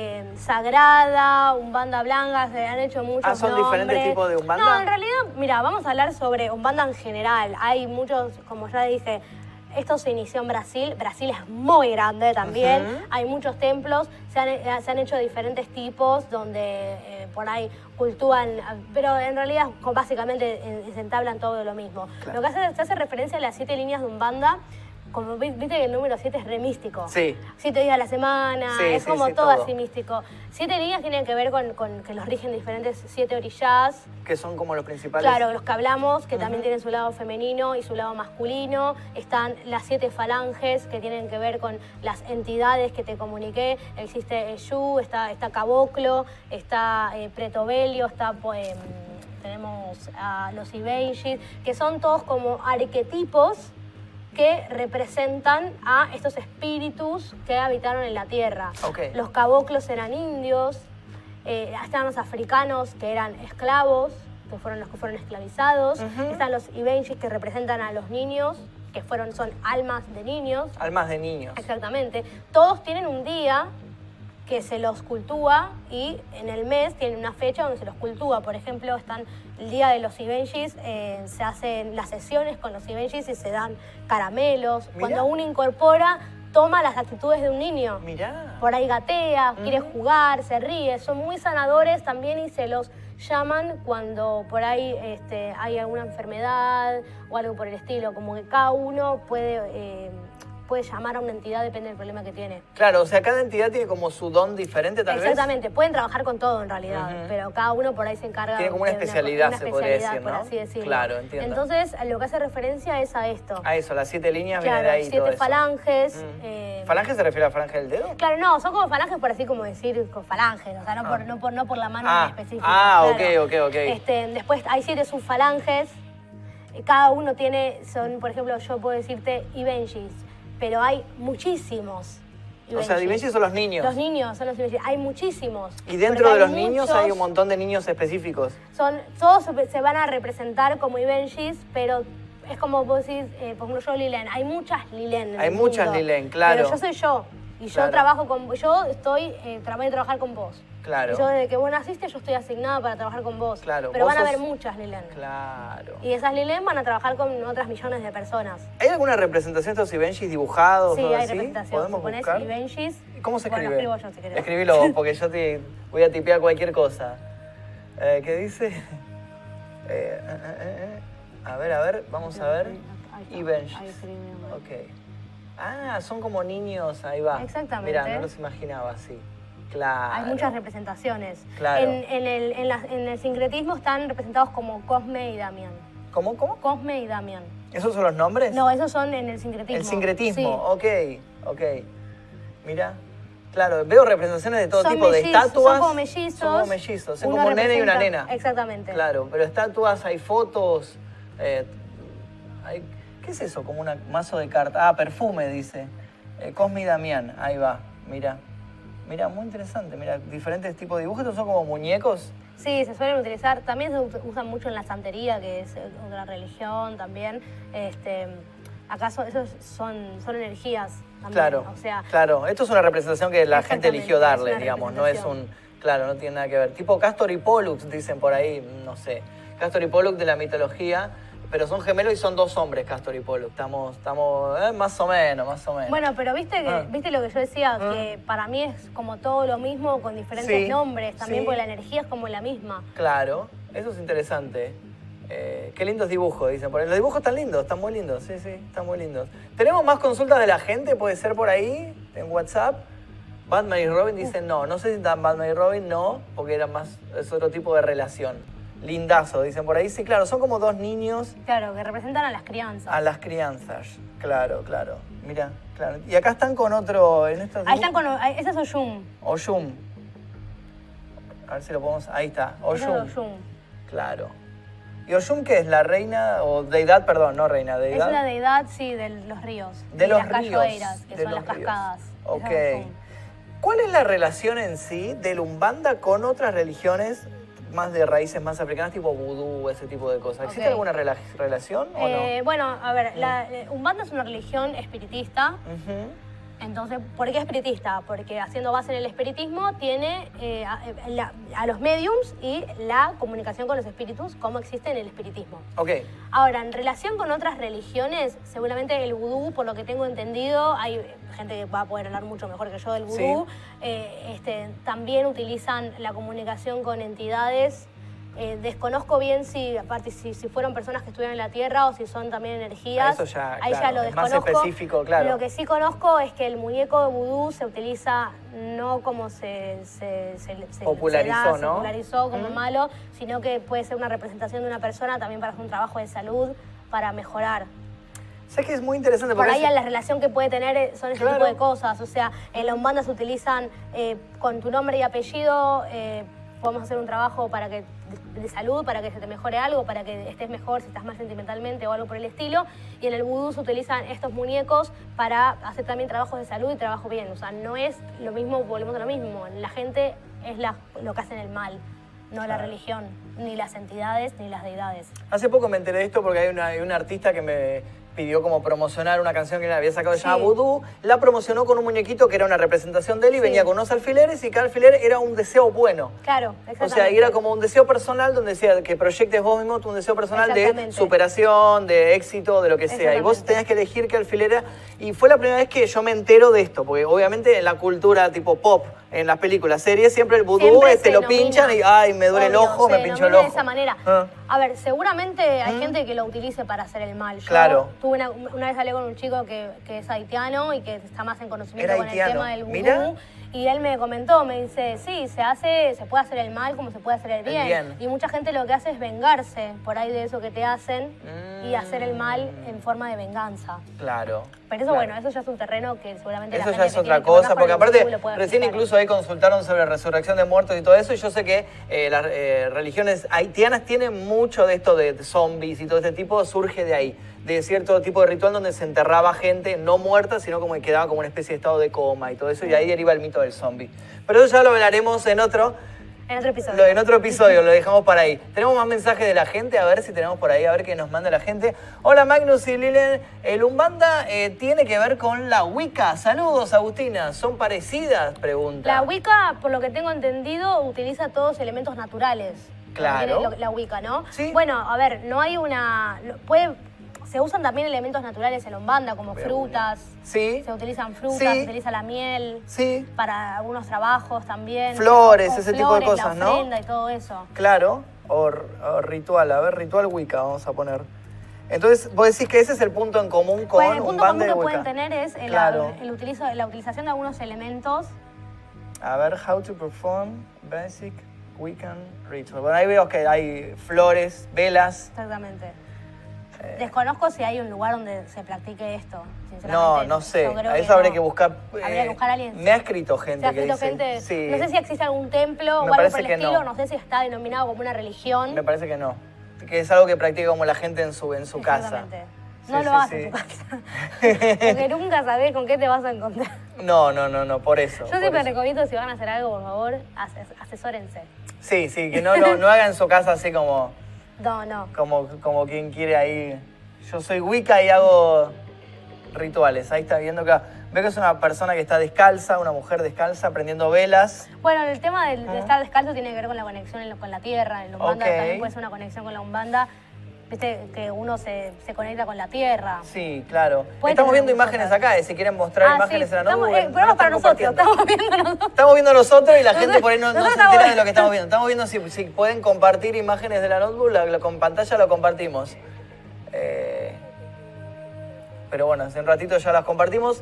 sagrada, umbanda blanca, se han hecho muchos ¿son diferentes tipos de umbanda? No, en realidad, mira, vamos a hablar sobre umbanda en general. Hay muchos, como ya dije, esto se inició en Brasil. Brasil es muy grande también. Hay muchos templos. Se han hecho diferentes tipos donde por ahí cultúan, pero en realidad básicamente se entablan todo de lo mismo. Claro. Lo que se hace referencia a las 7 líneas de umbanda. Como viste que el número 7 es re místico. Sí. 7 días a la semana, Sí, es sí, como sí, todo todo. así místico. 7 líneas tienen que ver con que los rigen diferentes 7 orillas. Que son como los principales. Claro, los que hablamos, que también tienen su lado femenino y su lado masculino. Están las 7 falanges, que tienen que ver con las entidades que te comuniqué. Existe Eshu, está Caboclo, está Pretobelio, tenemos a los Ibenjis, que son todos como arquetipos que representan a estos espíritus que habitaron en la tierra. Ok. Los caboclos eran indios, están los africanos que eran esclavos, que fueron los que fueron esclavizados, están los Ibenjis que representan a los niños, que son almas de niños. Almas de niños. Exactamente. Todos tienen un día que se los cultúa y en el mes tienen una fecha donde se los cultúa. Por ejemplo, están el día de los Ibenjis, se hacen las sesiones con los Ibenjis y se dan caramelos. Mirá. Cuando uno incorpora, toma las actitudes de un niño. Mirá. Por ahí gatea, quiere jugar, se ríe. Son muy sanadores también y se los llaman cuando por ahí hay alguna enfermedad o algo por el estilo. Como que cada uno puede llamar a una entidad, depende del problema que tiene. Claro, o sea, cada entidad tiene como su don diferente, tal vez. Exactamente, pueden trabajar con todo en realidad, pero cada uno por ahí se encarga Tiene como una de especialidad, una se podría especialidad, decir, ¿no? por así decirlo. Claro, entiendo. Entonces, lo que hace referencia es a esto. A eso, las 7 líneas vienen de Claro, ahí. 7 todo eso. falanges. ¿Falange se refiere a la falange del dedo? Claro, no, son como falanges por así como decir con falanges, o sea, no por la mano en específico. Ok. Después hay 7 subfalanges, cada uno son, por ejemplo, yo puedo decirte Ibenjis, pero hay muchísimos. O sea, Ibenjis son los niños. Los niños son los Ibenjis, hay muchísimos. Y dentro Porque de los hay niños hay un montón de niños específicos. Todos se van a representar como Ibenjis, pero es como vos decís, por ejemplo, yo Lilen, hay muchas Lilen en el Hay muchas mundo, Lilen, claro. Pero yo soy yo, y Claro. yo trabajo con vos, voy a trabajar con vos. Claro. Y yo desde que vos naciste, yo estoy asignada para trabajar con vos. Claro, Pero vos van a sos- haber muchas Lilen. Claro. Y esas Lilen van a trabajar con otras millones de personas. ¿Hay alguna representación de estos Ibenjis dibujados Sí, o hay así? representación. ¿Podemos Si ponés buscar? Ibenjis... ¿Cómo se escribe? Bueno, escribo yo si querés. Escribilo vos, porque yo te voy a tipear cualquier cosa. ¿Qué dice? A ver, vamos a ver. Ahí está, Ibenjis. ahí escribimos. Ok. Ah, son como niños, ahí va. Exactamente. Mirá, no los imaginaba así. Claro. Hay muchas representaciones. Claro. En el sincretismo están representados como Cosme y Damián. ¿Cómo? Cosme y Damián. ¿Esos son los nombres? No, esos son en el sincretismo. El sincretismo, Sí. ok. Mira, claro, veo representaciones de todo tipo de estatuas. Son como mellizos. Son como mellizos, son Uno como un nene y una representa- nena. Exactamente. Claro, pero estatuas, hay fotos. ¿Qué es eso? Como un mazo de cartas. Ah, perfume, dice. Cosme y Damián, ahí va, mira. Mira, muy interesante, mira, diferentes tipos de dibujos. ¿Estos son como muñecos? Sí, se suelen utilizar, también se usan mucho en la santería, que es otra religión también. ¿Acaso esos son energías también? Claro, O sea, claro. Esto es una representación que la gente Exactamente, eligió es darle, una digamos. No es un... Claro, no tiene nada que ver. Tipo Castor y Pollux, dicen por ahí, no sé. Castor y Pollux de la mitología, pero son gemelos y son dos hombres, Castor y Pollux. Estamos más o menos. Bueno, pero viste lo que yo decía, que para mí es como todo lo mismo con diferentes Sí, nombres, también sí. porque la energía es como la misma. Claro, eso es interesante. Qué lindos dibujos, dicen por ahí. Los dibujos están lindos, están muy lindos, sí, están muy lindos. ¿Tenemos más consultas de la gente? ¿Puede ser por ahí, en WhatsApp? Batman y Robin dicen no sé si están Batman y Robin, no, porque es otro tipo de relación. Lindazo, dicen por ahí. Sí, claro, son como dos niños Claro, que representan a las crianzas. a las crianzas. Claro. Mira, claro. Y acá están con otro... En estos Ahí están ese es Oyum. Oyum. A ver si lo podemos... Ahí está, Ese es Oyum. Oyum. Claro. ¿Y Oyum qué es? ¿La reina o deidad? Perdón, no reina, deidad. Es la deidad, sí, de los ríos. De y los las ríos, cachoeiras, que de son los las ríos. cascadas. Ok. Ese es Oyum. ¿Cuál es la relación en sí del Umbanda con otras religiones más de raíces más africanas, tipo vudú, ese tipo de cosas? ¿Existe Ok. alguna relación o no? Bueno, a ver, Umbanda es una religión espiritista. Ujú. Entonces, ¿por qué espiritista? Porque haciendo base en el espiritismo tiene a los mediums y la comunicación con los espíritus, como existe en el espiritismo. Ok. Ahora, en relación con otras religiones, seguramente el vudú, por lo que tengo entendido, hay gente que va a poder hablar mucho mejor que yo del vudú, también utilizan la comunicación con entidades. Desconozco bien si fueron personas que estuvieron en la Tierra o si son también energías. Eso ya, Ahí claro, ya lo es más desconozco. específico, claro. Lo que sí conozco es que el muñeco de vudú se utiliza no como se Popularizó, se ¿no? popularizó como malo, sino que puede ser una representación de una persona también para hacer un trabajo de salud, para mejorar. Sé que es muy interesante Por porque ahí la relación que puede tener son ese Claro. tipo de cosas. O sea, en la Umbanda se utilizan con tu nombre y apellido, podemos hacer un trabajo de salud, para que se te mejore algo, para que estés mejor si estás mal sentimentalmente o algo por el estilo. Y en el vudú se utilizan estos muñecos para hacer también trabajos de salud y trabajo bien. O sea, no es lo mismo, volvemos a lo mismo. La gente es lo que hacen el mal, no la religión, ni las entidades, ni las deidades. hace poco me enteré de esto porque hay un artista que me pidió como promocionar una canción que le había sacado, se llama Vudú, la promocionó con un muñequito que era una representación de él y venía con unos alfileres y cada alfiler era un deseo bueno. Claro, exactamente. O sea, y era como un deseo personal donde decía que proyectes vos mismo un deseo personal de Exactamente. superación, de éxito, de lo que sea. Y vos Exactamente. tenías que elegir qué alfiler era. Y fue la primera vez que yo me entero de esto, porque obviamente en la cultura tipo pop, en las películas, series, siempre el vudú Siempre te se lo denomina. pinchan y ay, me duele el Obvio, ojo, se me pinchó el denomina ojo. de esa manera. Ah. A ver, seguramente hay gente que lo utilice para hacer el mal. Yo Claro. tuve una vez hablé con un chico que es haitiano y que está más en conocimiento Era con haitiano. el tema del vudú. Mira. Y él me comentó, me dice, sí, se puede hacer el mal como se puede hacer el bien. bien. Y mucha gente lo que hace es vengarse por ahí de eso que te hacen y hacer el mal en forma de venganza. Claro. Pero eso, claro. bueno, eso ya es un terreno que seguramente Eso la ya gente es que otra tiene que cosa, pasar por porque el aparte vudú lo puede recién explicar. incluso ahí consultaron sobre resurrección de muertos y todo eso, y yo sé que las religiones haitianas tienen mucho de esto de zombies y todo este tipo, surge de ahí, de cierto tipo de ritual donde se enterraba gente no muerta, sino como que quedaba como una especie de estado de coma y todo eso, y ahí deriva el mito del zombie. Pero eso ya lo hablaremos en otro episodio. En otro episodio, lo dejamos para ahí. Tenemos más mensajes de la gente, a ver si tenemos por ahí, a ver qué nos manda la gente. Hola Magnus y Lilian, el Umbanda tiene que ver con la Wicca. Saludos Agustina, ¿son parecidas? Pregunta. La Wicca, por lo que tengo entendido, utiliza todos elementos naturales. Claro. Tiene la Wicca, ¿no? Sí. Bueno, a ver, no hay una... Se usan también elementos naturales en la Umbanda, como frutas. Sí. Se utilizan frutas, Sí. se utiliza la miel. Sí, Para algunos trabajos también. Flores, O ese tipo de flores, cosas, la ¿no? ofrenda y todo eso. claro. O ritual, a ver, ritual Wicca vamos a poner. Entonces, vos decís que ese es el punto en común con Pues el punto Umbanda común y que Wicca. pueden tener es Claro. la utilización de algunos elementos A ver, how to perform basic Wiccan ritual. Bueno, ahí veo que hay flores, velas. Exactamente. Desconozco si hay un lugar donde se practique esto, sinceramente. No sé. Yo creo A eso que habría no. que buscar. Habría que buscar a alguien. Me ha escrito gente ¿Se ha que escrito dice. gente? Sí. No sé si existe algún templo Me o algo parece por el que estilo. no. No sé si está denominado como una religión. Me parece que no. Que es algo que practica como la gente en su casa. Exactamente. Sí, No lo sí, hagas sí. en tu casa. Porque nunca sabés con qué te vas a encontrar. No, por eso. Yo por siempre eso. recomiendo, si van a hacer algo, por favor, asesórense. Sí, que no hagan en su casa así como No. como quien quiere ahí. Yo soy Wicca y hago rituales. Ahí está viendo que ve que es una persona que está descalza, una mujer descalza, prendiendo velas. Bueno, el tema de estar descalzo tiene que ver con la conexión con la tierra. En la Umbanda Ok. también puede ser una conexión con la Umbanda. Viste que uno se conecta con la tierra. Sí, claro. Puede Estamos tener viendo muchas imágenes cosas. acá, si quieren mostrar imágenes en la notebook. El programa es para nosotros, estamos viendo nosotros. Estamos viendo nosotros y la gente por ahí no se Nosotros entera estamos- de lo que estamos viendo. Estamos viendo si pueden compartir imágenes de la notebook, con pantalla lo compartimos. Pero bueno, hace un ratito ya las compartimos.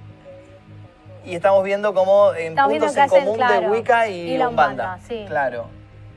Y estamos viendo cómo en Estamos viendo puntos que en hacen, común claro, de Wicca y y la Umbanda. Umbanda, sí. Claro.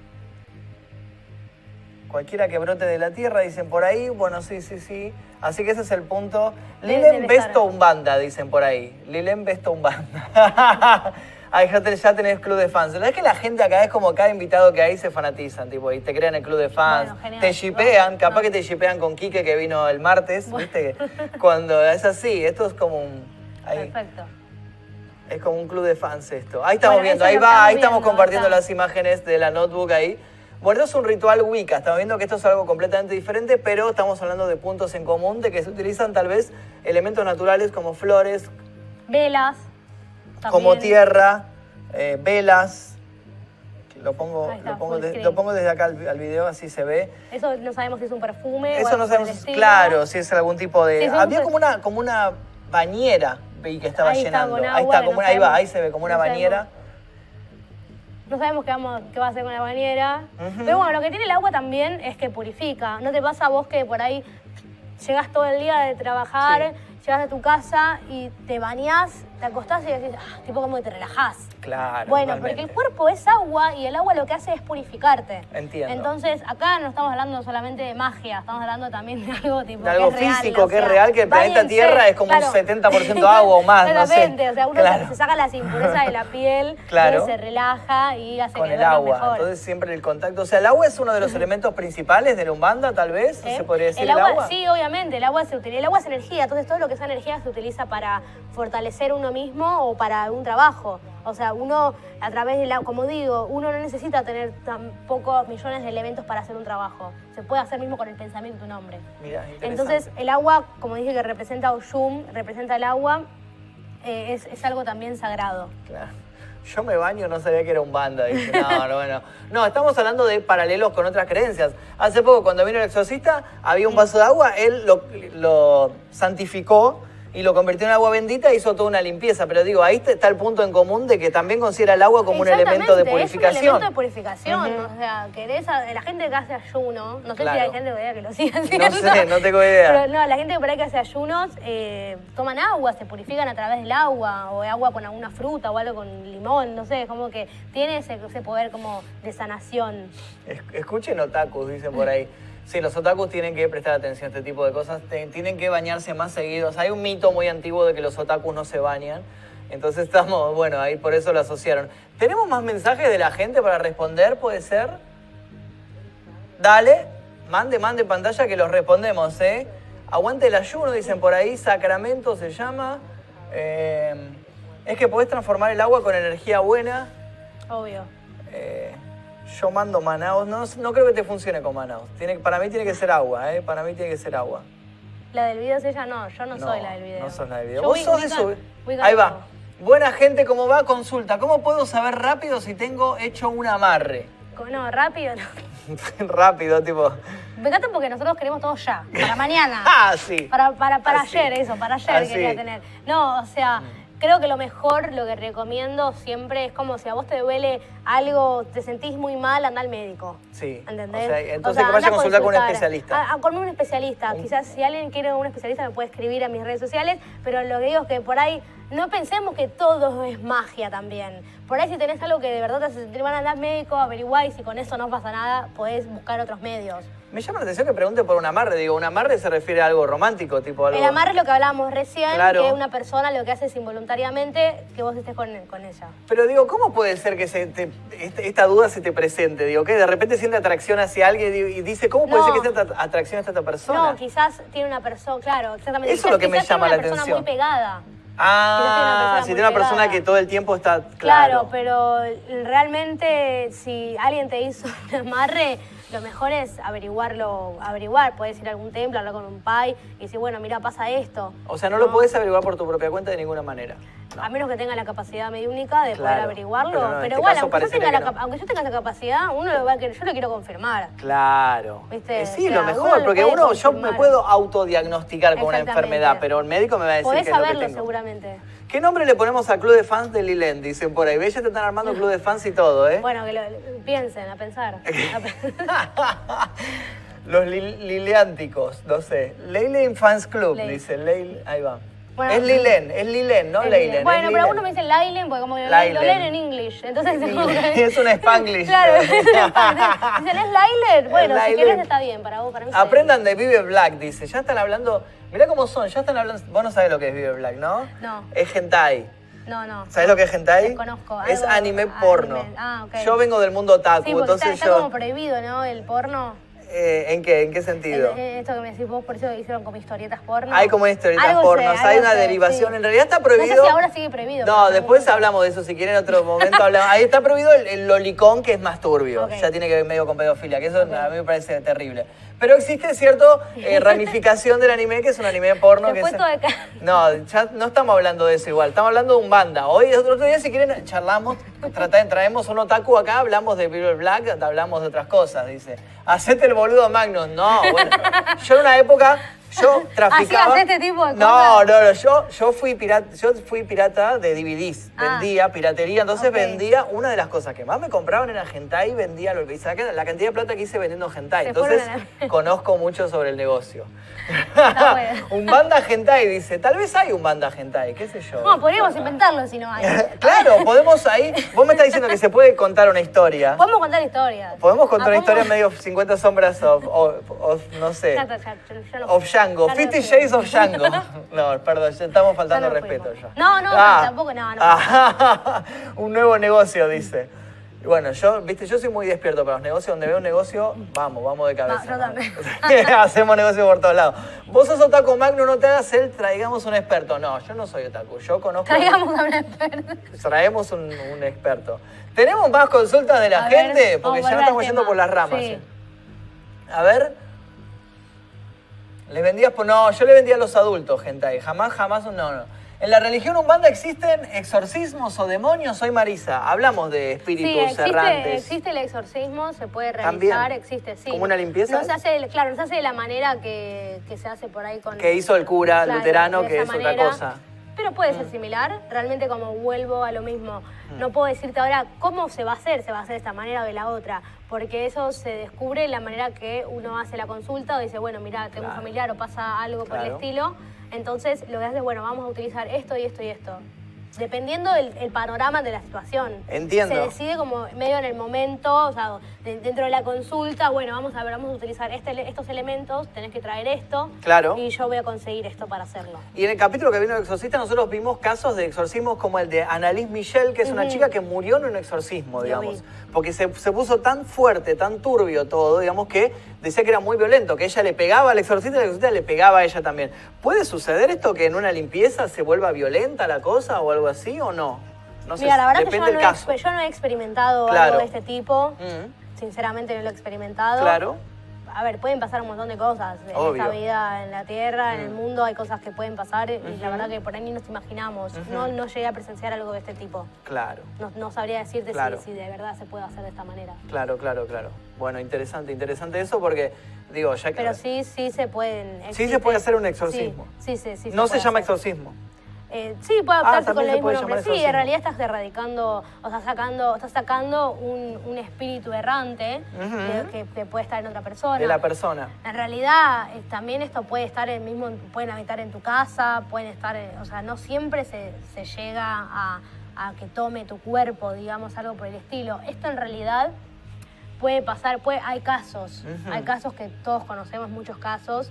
Cualquiera que brote de la tierra, dicen por ahí. Bueno, sí. Así que ese es el punto. Debe Lilen estar. Besto Umbanda, dicen por ahí. Lilen Besto Umbanda. Ahí ya tenés club de fans. La verdad es que la gente acá es como cada invitado que hay se fanatizan, tipo, y te crean el club de fans. Bueno, genial. Te shippean, No, capaz no. que te shippean con Quique que vino el martes, Bueno. ¿viste? Cuando es así, esto es como un... ahí. Perfecto. Es como un club de fans esto. Ahí estamos Bueno, viendo, eso ahí lo va, estamos ahí estamos viendo, compartiendo está. las imágenes de la notebook ahí. Bueno, esto es un ritual Wicca, estamos viendo que esto es algo completamente diferente, pero estamos hablando de puntos en común, de que se utilizan tal vez elementos naturales como flores, Velas. como también. tierra, velas. Lo pongo, Ahí está, lo pongo, full screen. lo pongo desde acá al video, así se ve. Eso no sabemos si es un perfume o Eso algo no por el sabemos, estilo. claro, si es algún tipo de... Sí, es un- Había como una bañera, vi que estaba Ahí está, llenando. con Ahí agua está, que como no ahí va, sabemos- ahí se ve como una no sabemos. bañera. No sabemos qué va a hacer con la bañera. Ujú. Pero bueno, lo que tiene el agua también es que purifica. ¿No te pasa a vos que por ahí llegas todo el día de trabajar, llegas a tu casa y te bañás, te acostás y decís, tipo como que te relajás? Claro. Bueno, totalmente. porque el cuerpo es agua y el agua lo que hace es purificarte. Entiendo. Entonces, acá no estamos hablando solamente de magia, estamos hablando también de algo tipo De algo que es real, físico, o que es sea, real, que el planeta báñense, Tierra es como un claro. 70% agua o más, no sé. Exactamente, o sea, uno Claro. se saca las impurezas de la piel, Claro. se relaja y hace Con que el duermas agua, mejor. entonces siempre el contacto. O sea, el agua es uno de los elementos principales de la Umbanda, tal vez, ¿Eh? se podría decir el agua. Sí, obviamente, el agua es energía, entonces todo lo que es energía se utiliza para fortalecer uno mismo o para un trabajo. O sea, uno a través del agua, como digo, uno no necesita tener tampoco millones de elementos para hacer un trabajo. Se puede hacer mismo con el pensamiento de un hombre. Mira, interesante. Entonces, el agua, como dije que representa Oshun, representa el agua, es algo también sagrado. Claro. Yo me baño, no sabía que era Umbanda. Dije, no, bueno. No, estamos hablando de paralelos con otras creencias. Hace poco, cuando vino el exorcista, había un vaso de agua, él lo santificó y lo convirtió en agua bendita e hizo toda una limpieza. Pero digo, ahí está el punto en común de que también considera el agua como un elemento de Exactamente, purificación. es un elemento de purificación. Ujú. O sea, la gente que hace ayuno, no sé Claro. si hay gente que lo sigue haciendo. No sé, no tengo idea. Pero no, la gente que por ahí que hace ayunos toman agua, se purifican a través del agua, o agua con alguna fruta o algo con limón, no sé, como que tiene ese poder como de sanación. Escuchen otakus, dicen por ahí. Sí, los otakus tienen que prestar atención a este tipo de cosas, tienen que bañarse más seguidos. Hay un mito muy antiguo de que los otakus no se bañan, entonces estamos, bueno, ahí por eso lo asociaron. ¿Tenemos más mensajes de la gente para responder, puede ser? Dale, mande pantalla que los respondemos, ¿eh? Aguante el ayuno, dicen por ahí, sacramento se llama. Es que podés transformar el agua con energía buena. Obvio. Yo mando Manaos, no creo que te funcione con Manaos. Para mí tiene que ser agua, ¿eh? Para mí tiene que ser agua. La del video es ella, no, yo no soy la del video. No sos la del video. Yo Vos sos de eso. Wiccan Ahí va. no. Buena gente, ¿cómo va? Consulta. ¿Cómo puedo saber rápido si tengo hecho un amarre? No, rápido no. Rápido, tipo. Me encanta porque nosotros queremos todo ya, para mañana. Ah, sí. Para Así. ayer, eso, para ayer Así. quería tener. No, o sea, creo que lo mejor, lo que recomiendo siempre es como si a vos te duele algo, te sentís muy mal, anda al médico. Sí. ¿Entendés? O sea, entonces que vaya a consultar con un especialista. Con un especialista. Quizás si alguien quiere un especialista me puede escribir a mis redes sociales, pero lo que digo es que por ahí no pensemos que todo es magia también. Por ahí si tenés algo que de verdad te hace sentir mal, andá al médico, averiguá y si con eso no pasa nada, podés buscar otros medios. Me llama la atención que pregunte por un amarre. Digo, ¿un amarre se refiere a algo romántico? Tipo algo... El amarre es lo que hablábamos recién, Claro. que una persona lo que hace es involuntariamente que vos estés con ella. Pero digo, ¿cómo puede ser que esta duda se te presente? Digo, que de repente siente atracción hacia alguien y dice, ¿cómo puede ser que sienta atracción hacia esta persona? No, quizás tiene una persona, claro, exactamente. Eso es lo que me llama la tiene una atención. persona muy pegada. Ah, si tiene una persona pegada. que todo el tiempo está... Claro, pero realmente si alguien te hizo un amarre, lo mejor es averiguar. Puedes ir a algún templo, hablar con un pai y decir, bueno, mira, pasa esto. O sea, no lo podés averiguar por tu propia cuenta de ninguna manera. No. A menos que tenga la capacidad mediúnica de poder Claro, averiguarlo. pero no, en Pero este igual, caso aunque yo tenga esa capacidad, uno lo va a querer, yo lo quiero confirmar. Claro. ¿Viste? Sí, O sea, lo uno mejor, lo porque puede yo me confirmar. puedo autodiagnosticar con una Exactamente. enfermedad, pero el médico me va a decir Podés que es lo que saberlo tengo. seguramente. ¿Qué nombre le ponemos al club de fans de Lilén? Dicen por ahí. ¿Ves? Ya te están armando club de fans y todo, ¿eh? Bueno, que piensen, a pensar. Los lileánticos, no sé. Leyland Fans Club, Ley. dice. Ahí va. Bueno, es Lilén, no Es Leyland. Bueno, pero algunos me dicen Lailen porque como que lo Lailen. leen en English. Entonces Es un Spanglish. Claro, es un Spanglish. Dicen, ¿es Lailen? Bueno, si Lailen. querés está bien, para vos, para mí está Aprendan de Vive Black, dice. Ya están hablando... Mirá cómo son, ya están hablando... Vos no sabés lo que es Vive Black, ¿no? No. Es hentai. bien. No. ¿Sabés lo que es hentai? Desconozco. Es Algo- anime porno. Ah, ok. Yo vengo del mundo otaku, Sí, porque entonces está yo... como prohibido, ¿no? El porno. ¿En qué? ¿En qué sentido? Esto que me decís vos, por eso hicieron como historietas porno. Hay como historietas Algo pornos, sé, hay algo una sé, derivación. sí. En realidad está No prohibido... sé si ahora sigue prohibido. No, pero después algún- hablamos de eso, si quieren en otro momento hablamos. Ahí está prohibido el lolicón, que es más turbio. Ok. Ya tiene que ver medio con pedofilia, que eso a mí me parece terrible. Pero existe, cierto, ramificación del anime, que es un anime porno. Se Que fue es... todo de No, ya no estamos hablando de eso igual, estamos hablando de un banda. Hoy, otro día, si quieren, charlamos, traemos un otaku acá, hablamos de Vive Black, hablamos de otras cosas, dice. Hacete el boludo Magnus. No, bueno, yo en una época... Yo traficaba... ¿Hacías este tipo de No, cosas? yo fui pirata de DVDs, vendía piratería, entonces ok. vendía, una de las cosas que más me compraban era hentai, vendía lo que la cantidad de plata que hice vendiendo hentai, Se entonces fueron conozco mucho sobre el negocio. Está bueno. Un banda hentai, dice, tal vez hay un banda hentai, qué sé yo. No, podríamos inventarlo si no hay. Claro, podemos ahí, vos me estás diciendo que se puede contar una historia. Podemos contar historias. Podemos contar una historia podemos- medio 50 sombras of no sé. Ya no- Of Django, ya no 50 fuimos. Shades of Django. No, perdón, ya estamos faltando Ya no respeto fuimos. ya. No, tampoco, no. Un nuevo negocio, dice. Y bueno, yo soy muy despierto para los negocios. Donde veo un negocio, vamos de cabeza. No, yo también. Hacemos negocio por todos lados. Vos sos otaku Magno, no te hagas traigamos un experto. No, yo no soy otaku, yo conozco... Traigamos a un experto. Traemos un experto. ¿Tenemos más consultas de la A ver, gente? Porque vamos ya a no volver estamos al yendo tema. por las ramas. Sí. A ver... ¿Les vendías por...? No, yo le vendía a los adultos, hentai. Jamás, no. ¿En la religión umbanda existen exorcismos o demonios? Soy Marisa. Hablamos de espíritus errantes. Existe el exorcismo, se puede También. realizar, existe, sí. ¿Como una limpieza? No se hace, claro, no se hace de la manera que se hace por ahí con... Que hizo el cura Claro, luterano, de que esa es otra manera. cosa. Pero puede ser similar, realmente como vuelvo a lo mismo. No puedo decirte ahora cómo se va a hacer de esta manera o de la otra, porque eso se descubre en la manera que uno hace la consulta o dice, bueno, mira, tengo un familiar o pasa algo por el Claro. estilo. Entonces lo que hace es, bueno, vamos a utilizar esto y esto y esto. Dependiendo del panorama de la situación. Entiendo. Se decide como medio en el momento, o sea, dentro de la consulta, bueno, vamos a utilizar estos elementos, tenés que traer esto. Claro. Y yo voy a conseguir esto para hacerlo. Y en el capítulo que vino el exorcista nosotros vimos casos de exorcismos como el de Annalise Michel, que es una chica que murió en un exorcismo, digamos. Porque se puso tan fuerte, tan turbio todo, digamos, que decía que era muy violento, que ella le pegaba al exorcista y el exorcista le pegaba a ella también. ¿Puede suceder esto que en una limpieza se vuelva violenta la cosa o algo así o no? No sé, Mira, la verdad que depende del caso. yo no he experimentado Claro. algo de este tipo. Mm. Sinceramente no lo he experimentado. Claro. A ver, pueden pasar un montón de cosas. En Obvio. esta vida, en la tierra, en el mundo, hay cosas que pueden pasar y la verdad que por ahí ni nos imaginamos. No llegué a presenciar algo de este tipo. Claro. No sabría decirte Claro. si de verdad se puede hacer de esta manera. Claro. Bueno, interesante eso porque, digo, ya que... Pero sí se pueden. Sí se puede hacer un exorcismo. Sí. No se puede llama hacer. exorcismo. Sí, puede adaptarse con también el se mismo puede nombre. llamar Sí, exorcismo. en realidad estás erradicando, o sea, estás sacando un espíritu errante que puede estar en otra persona. De la persona. En realidad, también esto puede estar pueden habitar en tu casa, pueden estar, o sea, no siempre se llega a que tome tu cuerpo, digamos, algo por el estilo. Esto en realidad puede pasar, hay casos que todos conocemos, muchos casos,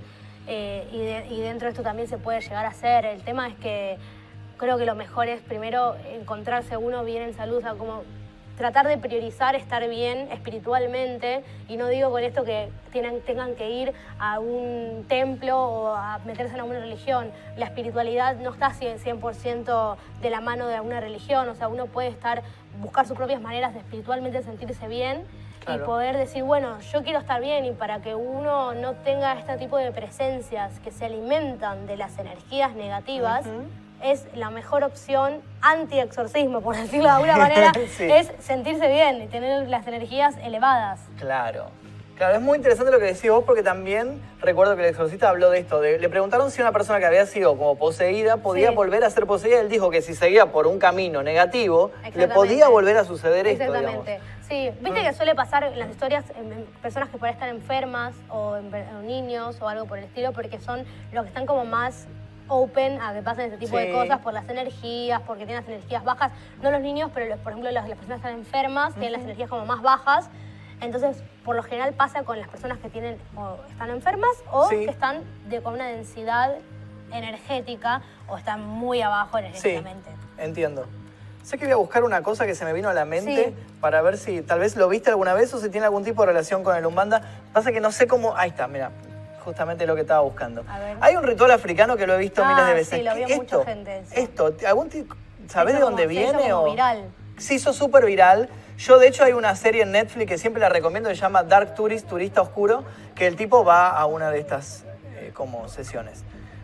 y dentro de esto también se puede llegar a hacer. El tema es que creo que lo mejor es primero encontrarse uno bien en salud, o sea, como tratar de priorizar estar bien espiritualmente, y no digo con esto que tengan que ir a un templo o a meterse en alguna religión. La espiritualidad no está 100% de la mano de alguna religión, o sea, uno puede buscar sus propias maneras de espiritualmente sentirse bien. Claro. Y poder decir, bueno, yo quiero estar bien, y para que uno no tenga este tipo de presencias que se alimentan de las energías negativas, es la mejor opción anti-exorcismo, por decirlo de alguna manera, sí. Es sentirse bien y tener las energías elevadas. Claro. Claro, es muy interesante lo que decís vos, porque también recuerdo que el exorcista habló de esto. Le preguntaron si una persona que había sido como poseída podía volver a ser poseída. Él dijo que si seguía por un camino negativo, le podía volver a suceder esto, exactamente. Digamos. Sí, viste que suele pasar en las historias en personas que por ahí están enfermas o en niños o algo por el estilo, porque son los que están como más open a que pasen este tipo de cosas por las energías, porque tienen las energías bajas. No los niños, pero por ejemplo las personas que están enfermas tienen las energías como más bajas. Entonces, por lo general pasa con las personas que tienen o están enfermas o que están con una densidad energética o están muy abajo energéticamente. Sí, entiendo. Sé que voy a buscar una cosa que se me vino a la mente para ver si tal vez lo viste alguna vez o si tiene algún tipo de relación con el Umbanda. Pasa que no sé cómo... Ahí está, mira, justamente lo que estaba buscando. Hay un ritual africano que lo he visto miles de veces. Sí, lo vio mucha gente. ¿Sabés de dónde viene? Se hizo como viral. Se hizo súper viral. Yo, de hecho, hay una serie en Netflix que siempre la recomiendo, que se llama Dark Tourist, Turista Oscuro, que el tipo va a una de estas como sesiones.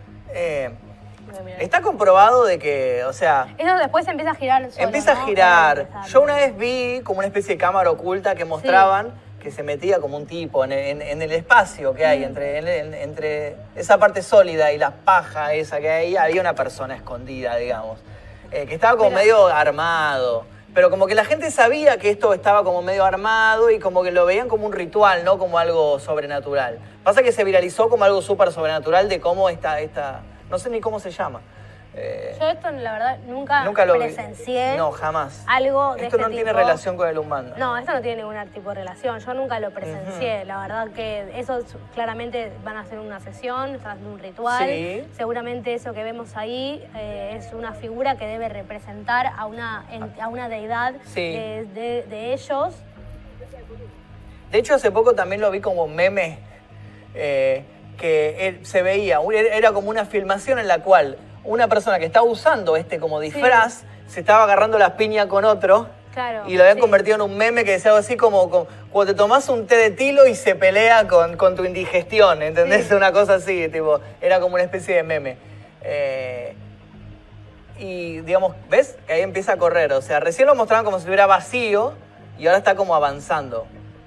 Está comprobado de que, o sea... Eso después empieza a girar solo, Empieza a girar. Yo una vez vi como una especie de cámara oculta que mostraban que se metía como un tipo en el espacio que hay entre esa parte sólida y la paja esa que hay, había una persona escondida, digamos, que estaba como medio armado. Pero como que la gente sabía que esto estaba como medio armado y como que lo veían como un ritual, no como algo sobrenatural. Pasa que se viralizó como algo súper sobrenatural de cómo esta... No sé ni cómo se llama. Yo esto, la verdad, nunca lo presencié. No, jamás. Algo de esto no tiene relación con el Umbanda. No, esto no tiene ningún tipo de relación. Yo nunca lo presencié. La verdad que eso claramente van a hacer una sesión, están haciendo un ritual. Sí. Seguramente eso que vemos ahí es una figura que debe representar a una deidad de ellos. De hecho, hace poco también lo vi como meme, que se veía, era como una filmación en la cual una persona que estaba usando como disfraz se estaba agarrando las piñas con otro. Claro, y lo habían convertido en un meme que decía algo así como cuando te tomás un té de tilo y se pelea con tu indigestión, ¿entendés? Una cosa así, tipo, era como una especie de meme. Y digamos, ¿ves? Que ahí empieza a correr, o sea, recién lo mostraban como si estuviera vacío y ahora está como avanzando.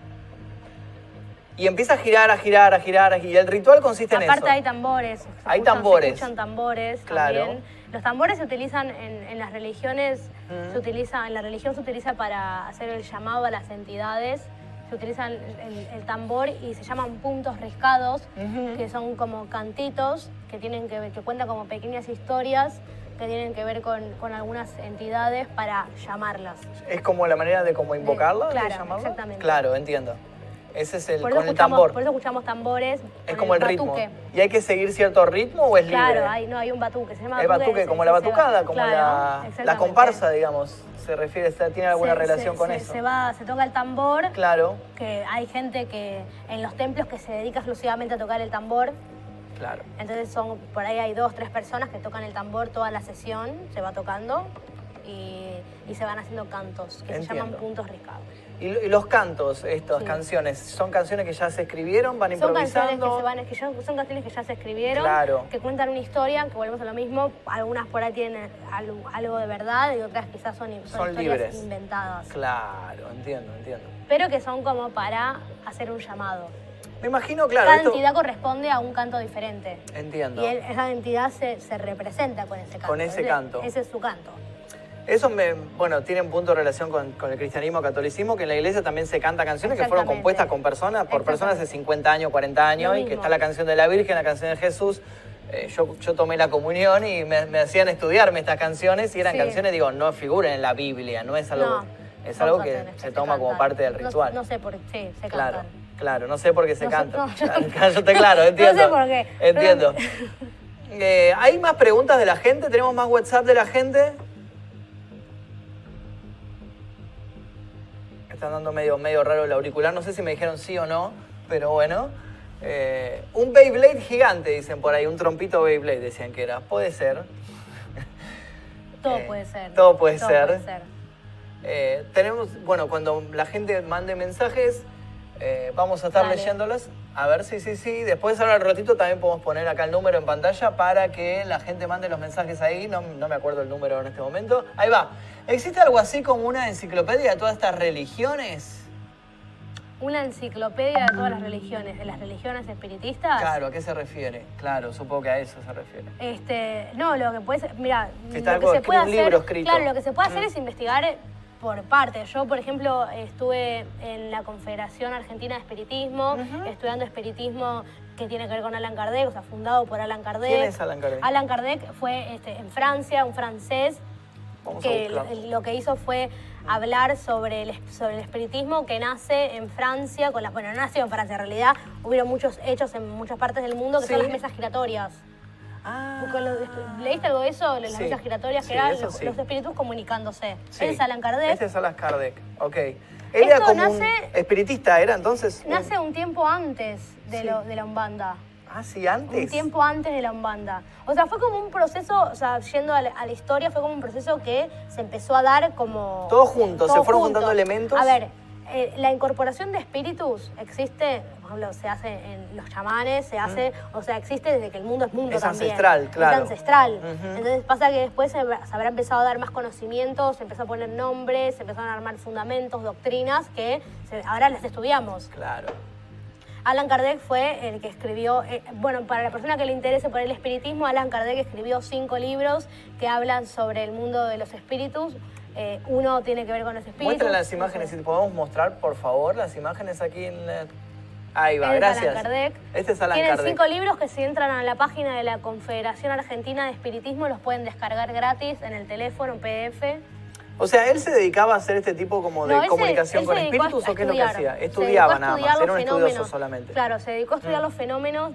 Y empieza a girar, y el ritual consiste en eso. Aparte hay tambores. Hay tambores. Se escuchan tambores claro. También. Los tambores se utilizan en las religiones, en la religión se utiliza para hacer el llamado a las entidades. Se utiliza el tambor y se llaman puntos riscados, que son como cantitos que cuentan como pequeñas historias que tienen que ver con algunas entidades para llamarlas. ¿Es como la manera de como invocarlas? Claro, de llamarlas? Exactamente. Claro, entiendo. Ese es con el tambor. tambor. Por eso escuchamos tambores. Es como el ritmo. Batuque. ¿Y hay que seguir cierto ritmo o es libre? Claro, hay un batuque. Se llama batuque, como la batucada, como claro, la comparsa, digamos. Se refiere, ¿tiene alguna relación con eso? Se toca el tambor. Claro. Que hay gente que en los templos que se dedica exclusivamente a tocar el tambor. Claro. Entonces por ahí hay 2 o 3 personas que tocan el tambor toda la sesión, se va tocando y se van haciendo cantos que se llaman puntos riscados. ¿Y los cantos, estas canciones, son canciones que ya se escribieron, van improvisando? Son canciones que ya se escribieron, que cuentan una historia, que volvemos a lo mismo. Algunas por ahí tienen algo de verdad y otras quizás son historias libres. Inventadas. Claro, entiendo. Pero que son como para hacer un llamado. Me imagino, claro. Cada entidad corresponde a un canto diferente. Entiendo. Y esa entidad se representa con ese canto. Con ese canto. Ese es su canto. Eso tiene un punto de relación con el cristianismo, catolicismo, que en la iglesia también se canta canciones que fueron compuestas por personas de 50 años, 40 años, y que está la canción de la Virgen, la canción de Jesús. Yo tomé la comunión y me hacían estudiarme estas canciones y eran canciones, no figuran en la Biblia, no es algo, es algo que se toma como parte del ritual. No sé por qué, sí, se Claro, cantan. claro, no sé por qué se canta. Claro, entiendo. No sé por qué. Entiendo. ¿Hay más preguntas de la gente? ¿Tenemos más WhatsApp de la gente? Están dando medio raro el auricular, no sé si me dijeron sí o no, pero bueno. Un Beyblade gigante, dicen por ahí, un trompito Beyblade, decían que era. Puede ser. Todo puede ser. Todo puede ser. Tenemos, cuando la gente mande mensajes, vamos a estar leyéndolos. A ver, sí. Después, ahora al ratito, también podemos poner acá el número en pantalla para que la gente mande los mensajes ahí. No me acuerdo el número en este momento. Ahí va. ¿Existe algo así como una enciclopedia de todas estas religiones? ¿Una enciclopedia de todas las religiones, de las religiones espiritistas? Claro, ¿a qué se refiere? Claro, supongo que a eso se refiere. No, lo que puede ser, mira, si está lo que se puede hacer, un libro escrito. Claro, lo que se puede hacer es investigar por partes. Yo, por ejemplo, estuve en la Confederación Argentina de Espiritismo, estudiando espiritismo que tiene que ver con Allan Kardec, o sea, fundado por Allan Kardec. ¿Quién es Allan Kardec? Allan Kardec fue en Francia, un francés, que lo que hizo fue hablar sobre el espiritismo que nace en Francia, no nació en Francia, en realidad hubieron muchos hechos en muchas partes del mundo que son las mesas giratorias. ¿Leíste algo de eso? Las mesas giratorias, que eran los espíritus comunicándose. Ese es Allan Kardec. Ese es Allan Kardec, ok. Él era como un espiritista, ¿era entonces? Nace un tiempo antes de la Umbanda. Ah, sí, antes. Un tiempo antes de la Umbanda. O sea, fue como un proceso, o sea, yendo a la historia, fue como un proceso que se empezó a dar como... Todos juntos, se fueron juntando elementos. A ver, la incorporación de espíritus existe, por ejemplo, se hace en los chamanes, se hace, o sea, existe desde que el mundo es mundo también. Es ancestral, claro. Es ancestral. Entonces pasa que después se habrá empezado a dar más conocimientos, se empezó a poner nombres, se empezaron a armar fundamentos, doctrinas, que ahora las estudiamos. Claro. Allan Kardec fue el que escribió, para la persona que le interese por el espiritismo, Allan Kardec escribió 5 libros que hablan sobre el mundo de los espíritus. Uno tiene que ver con los espíritus. Muestren las imágenes, si podemos mostrar, por favor, las imágenes aquí en la... Ahí va, gracias. Allan Kardec. Este es Allan Tienen Kardec. 5 libros que si entran a la página de la Confederación Argentina de Espiritismo los pueden descargar gratis en el teléfono, en PDF. O sea, ¿él se dedicaba a hacer este tipo como de comunicación con espíritus o qué es lo que hacía? Estudiaba nada más, era un estudioso solamente. Claro, se dedicó a estudiar los fenómenos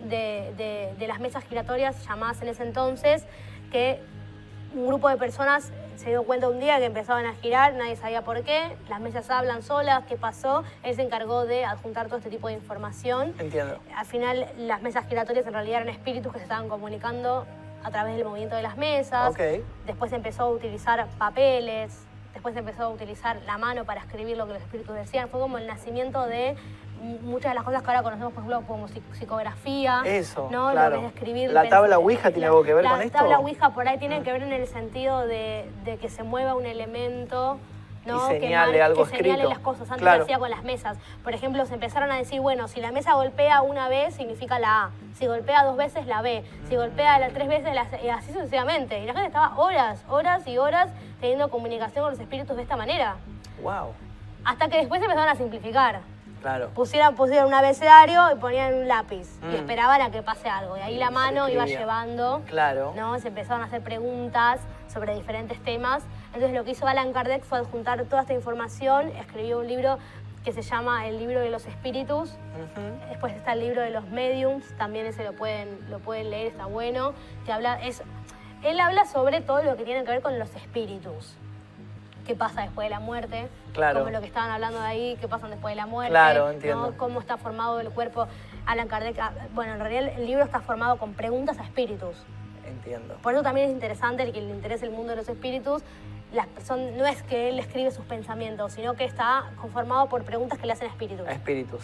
de las mesas giratorias llamadas en ese entonces, que un grupo de personas se dio cuenta un día que empezaban a girar, nadie sabía por qué, las mesas hablan solas, ¿qué pasó? Él se encargó de adjuntar todo este tipo de información. Entiendo. Al final, las mesas giratorias en realidad eran espíritus que se estaban comunicando a través del movimiento de las mesas. Okay. Después se empezó a utilizar papeles, después se empezó a utilizar la mano para escribir lo que los espíritus decían. Fue como el nacimiento de muchas de las cosas que ahora conocemos, por ejemplo, como psicografía. Eso, ¿no? claro. Lo que es escribir, ¿La tabla Ouija tiene algo que ver con esto? La tabla Ouija por ahí tiene que ver en el sentido de que se mueva un elemento, ¿no? Y señale algo que señale escrito. las cosas. Antes Claro. lo hacía con las mesas. Por ejemplo, se empezaron a decir, bueno, si la mesa golpea una vez, significa la A. Si golpea 2 veces, la B. Si golpea 3 veces, la C. Y así sucesivamente. Y la gente estaba horas y horas teniendo comunicación con los espíritus de esta manera. Wow. Hasta que después empezaron a simplificar. Claro. Pusieron un abecedario y ponían un lápiz y esperaban a que pase algo. Y ahí la mano iba llevando. Claro. ¿no? Se empezaron a hacer preguntas sobre diferentes temas. Entonces lo que hizo Allan Kardec fue adjuntar toda esta información, escribió un libro que se llama El libro de los espíritus. Después está el libro de los mediums, también ese lo pueden leer, está bueno. Él habla sobre todo lo que tiene que ver con los espíritus. Qué pasa después de la muerte, Claro. como lo que estaban hablando de ahí, qué pasa después de la muerte, Claro, entiendo. ¿no? Cómo está formado el cuerpo. Allan Kardec, en realidad el libro está formado con preguntas a espíritus. Entiendo. Por eso también es interesante el que le interese el mundo de los espíritus. No es que él escribe sus pensamientos, sino que está conformado por preguntas que le hacen a espíritus. Espíritus.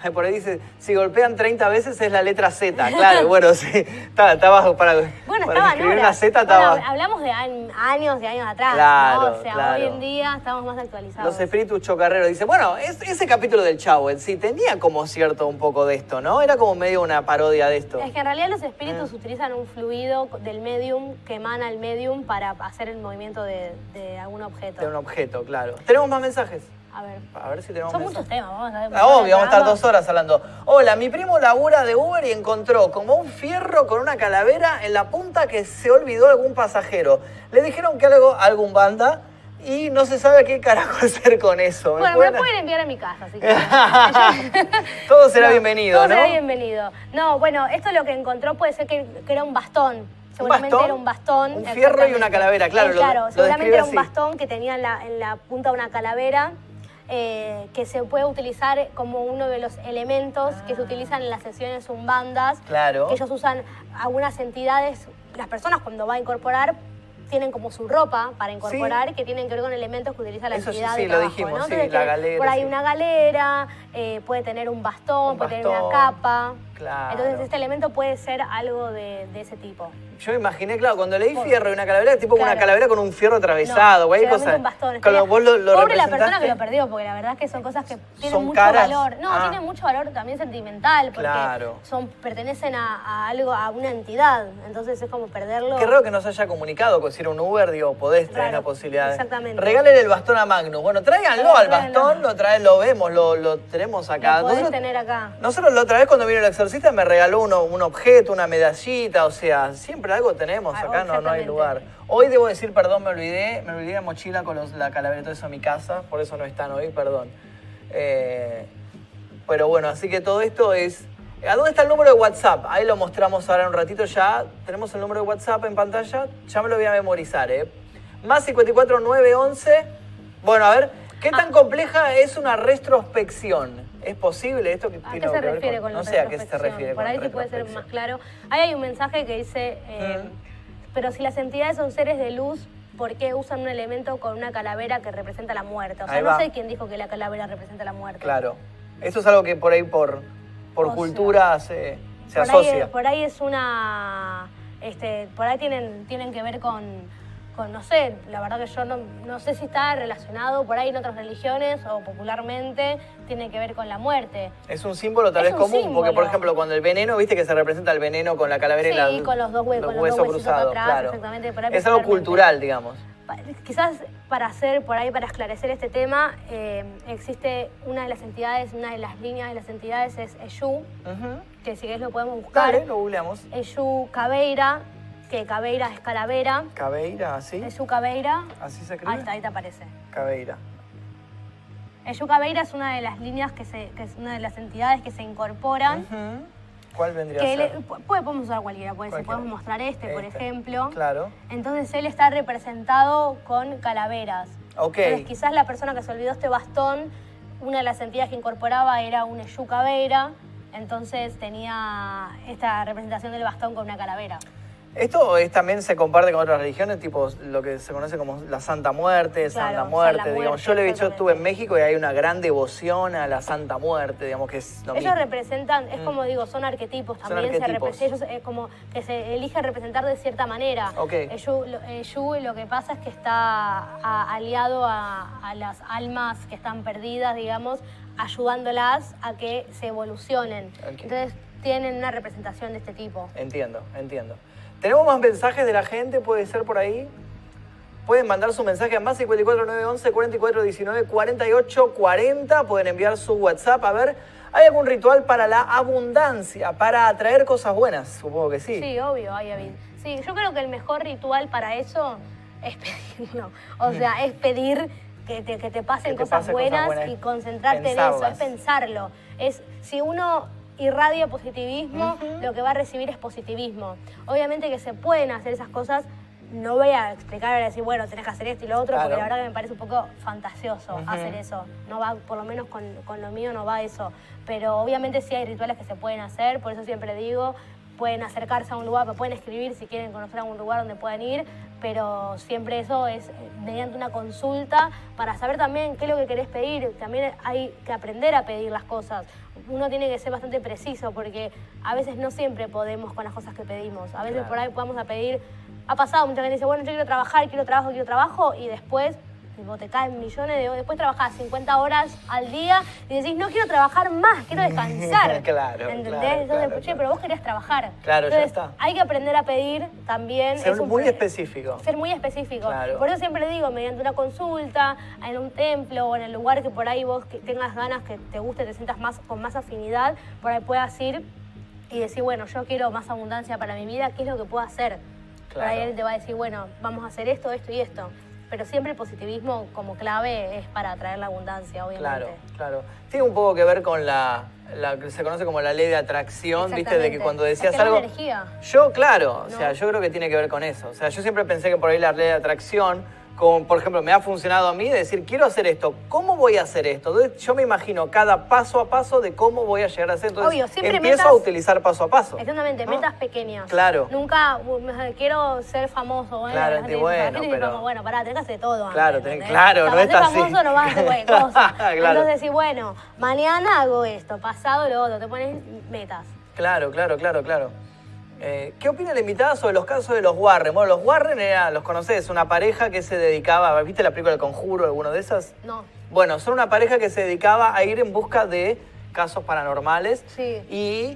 Por ahí dice, si golpean 30 veces es la letra Z. Claro, bueno, sí. Estaba para escribir una Z estaba... Bueno, hablamos de años atrás, claro, ¿no? O sea, claro. hoy en día estamos más actualizados. Los espíritus chocarreros. Dice, bueno, ese capítulo del Chavo en sí tenía como cierto un poco de esto, ¿no? Era como medio una parodia de esto. Es que en realidad los espíritus utilizan un fluido del medium que emana el medium para hacer el movimiento de algún objeto. De un objeto, claro. ¿Tenemos más mensajes? A ver si tenemos son mensajes. muchos temas, vamos a ver. Obvio, vamos a estar 2 horas hablando. Hola, mi primo labura de Uber y encontró como un fierro con una calavera en la punta que se olvidó algún pasajero. Le dijeron que algún banda y no se sabe qué carajo hacer con eso. Bueno, me lo pueden enviar a mi casa, así que... Todo será bienvenido, todo ¿no? Todo será bienvenido. No, bueno, esto lo que encontró puede ser que era un bastón. Seguramente era un bastón. Un fierro y una calavera, claro. Claro, seguramente era un así. Bastón que tenía en la punta una calavera. Que se puede utilizar como uno de los elementos que se utilizan en las sesiones umbandas. Claro. Que ellos usan algunas entidades, las personas cuando va a incorporar tienen como su ropa para incorporar, que tienen que ver con elementos que utiliza la entidad de trabajo, lo dijimos, ¿no? sí, Entonces, la galera. por ahí una galera, puede tener un bastón, puede tener una capa. Claro. Entonces este elemento puede ser algo de ese tipo. Yo me imaginé, claro, cuando leí fierro y una calavera, tipo claro. Una calavera con un fierro atravesado, güey, cosas. Un bastón. Cuando vos lo pobre la persona que lo perdió, porque la verdad es que son cosas que tienen mucho valor. No, tienen mucho valor también sentimental, porque pertenecen a algo, a una entidad. Entonces es como perderlo. Qué raro que no se haya comunicado, si era un Uber, digo, podés tener la posibilidad. Exactamente. Regalen el bastón a Magnus. Bueno, tráiganlo al bastón, lo vemos, lo tenemos acá. Lo podés tener acá. Nosotros la otra vez cuando vino el exorcista me regaló un objeto, una medallita, o sea, siempre algo tenemos acá, no hay lugar. Hoy debo decir, perdón, me olvidé la mochila con la calavera y todo eso en mi casa, por eso no están hoy, perdón. Pero bueno, así que todo esto es... ¿A dónde está el número de WhatsApp? Ahí lo mostramos ahora en un ratito ya. Tenemos el número de WhatsApp en pantalla, ya me lo voy a memorizar, Más 54 911. Bueno, a ver, ¿qué tan compleja es una retrospección? ¿Es posible esto que tiene que ver con? ¿A qué se refiere con no sé a qué se refiere. Por ahí sí puede ser más claro. Ahí hay un mensaje que dice, pero si las entidades son seres de luz, ¿por qué usan un elemento con una calavera que representa la muerte? O sea, no sé quién dijo que la calavera representa la muerte. Claro. Esto es algo que por ahí por cultura se asocia. Por ahí es una... por ahí tienen que ver con, no sé, la verdad que yo no sé si está relacionado por ahí en otras religiones o popularmente tiene que ver con la muerte. Es un símbolo tal vez común, porque por ejemplo cuando el veneno, viste que se representa el veneno con la calavera y con los dos huesos cruzados, atrás, claro. Exactamente. Es algo cultural, digamos. Quizás para esclarecer este tema, existe una de las entidades, una de las líneas de las entidades es Eshu, que si querés lo podemos buscar. Dale, lo googleamos. Eshu Caveira, que Caveira es calavera. Caveira, ¿así? Eshu Caveira. ¿Así se escribe? Ahí te aparece. Caveira. Eshu Caveira es una de las líneas que es una de las entidades que se incorporan. ¿Cuál vendría a ser? Podemos usar cualquiera, podemos mostrar por ejemplo. Claro. Entonces él está representado con calaveras. Ok. Entonces quizás la persona que se olvidó este bastón, una de las entidades que incorporaba era un Eshu Caveira, entonces tenía esta representación del bastón con una calavera. Esto también se comparte con otras religiones, tipo lo que se conoce como la Santa Muerte, Santa Muerte, digamos. Yo estuve en México y hay una gran devoción a la Santa Muerte, digamos, que es lo mismo. Ellos representan, es como digo, son arquetipos también. Ellos es como que se eligen representar de cierta manera. Okay. Eshu lo que pasa es que está aliado a las almas que están perdidas, digamos, ayudándolas a que se evolucionen. Okay. Entonces tienen una representación de este tipo. Entiendo. ¿Tenemos más mensajes de la gente? ¿Puede ser por ahí? Pueden mandar su mensaje a más 54 911 44 19 48 40. Pueden enviar su WhatsApp. A ver, ¿hay algún ritual para la abundancia? Para atraer cosas buenas, supongo que sí. Sí, obvio, hay David. Sí, yo creo que el mejor ritual para eso es pedirlo. O sea, es pedir que te pasen cosas buenas y concentrarte en eso, es pensarlo. Si uno irradia positivismo, lo que va a recibir es positivismo. Obviamente que se pueden hacer esas cosas, no voy a explicar y decir, bueno, tenés que hacer esto y lo otro, porque la verdad que me parece un poco fantasioso hacer eso. No va, por lo menos con lo mío no va eso. Pero obviamente sí hay rituales que se pueden hacer, por eso siempre digo, pueden acercarse a un lugar, pueden escribir si quieren conocer algún lugar donde puedan ir, pero siempre eso es mediante una consulta para saber también qué es lo que querés pedir. También hay que aprender a pedir las cosas. uno tiene que ser bastante preciso porque a veces no siempre podemos con las cosas que pedimos. A veces por ahí vamos a pedir, ha pasado, mucha gente dice, bueno, yo quiero trabajar, quiero trabajo, y después tipo, te caen millones de... Después trabajás 50 horas al día y decís, no quiero trabajar más, quiero descansar. Claro, ¿entendés? claro, Entonces, claro, che, pero vos querías trabajar. Claro, entonces, ya está. Hay que aprender a pedir también. Ser muy específico. Ser muy específico. Claro. Por eso siempre digo, mediante una consulta, en un templo o en el lugar que por ahí vos tengas ganas, que te guste, te sientas más con más afinidad, por ahí puedas ir y decir, bueno, yo quiero más abundancia para mi vida, ¿qué es lo que puedo hacer? Claro. Por ahí él te va a decir, bueno, vamos a hacer esto, esto y esto. Pero siempre el positivismo como clave es para atraer la abundancia, obviamente. Claro, claro. Tiene un poco que ver con la que se conoce como la ley de atracción, ¿viste? De que cuando decías algo... energía. Yo, claro, ¿no? O sea, yo creo que tiene que ver con eso. O sea, yo siempre pensé que por ahí la ley de atracción, como por ejemplo me ha funcionado a mí, decir, quiero hacer esto, ¿cómo voy a hacer esto? Entonces yo me imagino cada paso a paso de cómo voy a llegar a hacer. Entonces obvio, siempre empiezo a utilizar paso a paso. Exactamente, ¿no? metas pequeñas. Claro. Nunca quiero ser famoso. Bueno, Claro, la gente bueno, dice, pero... Bueno, pará, tenés que hacer todo antes, Claro, ¿entendés? claro, no es para así. ser famoso no vas a hacer cualquier cosa. Claro. Entonces decís, bueno, mañana hago esto, pasado lo otro, te pones metas. Claro. ¿Qué opina la invitada sobre los casos de los Warren? Bueno, los Warren los conocés, una pareja que se dedicaba, ¿viste la película El Conjuro, alguno de esas? No. Bueno, son una pareja que se dedicaba a ir en busca de casos paranormales. Sí. Y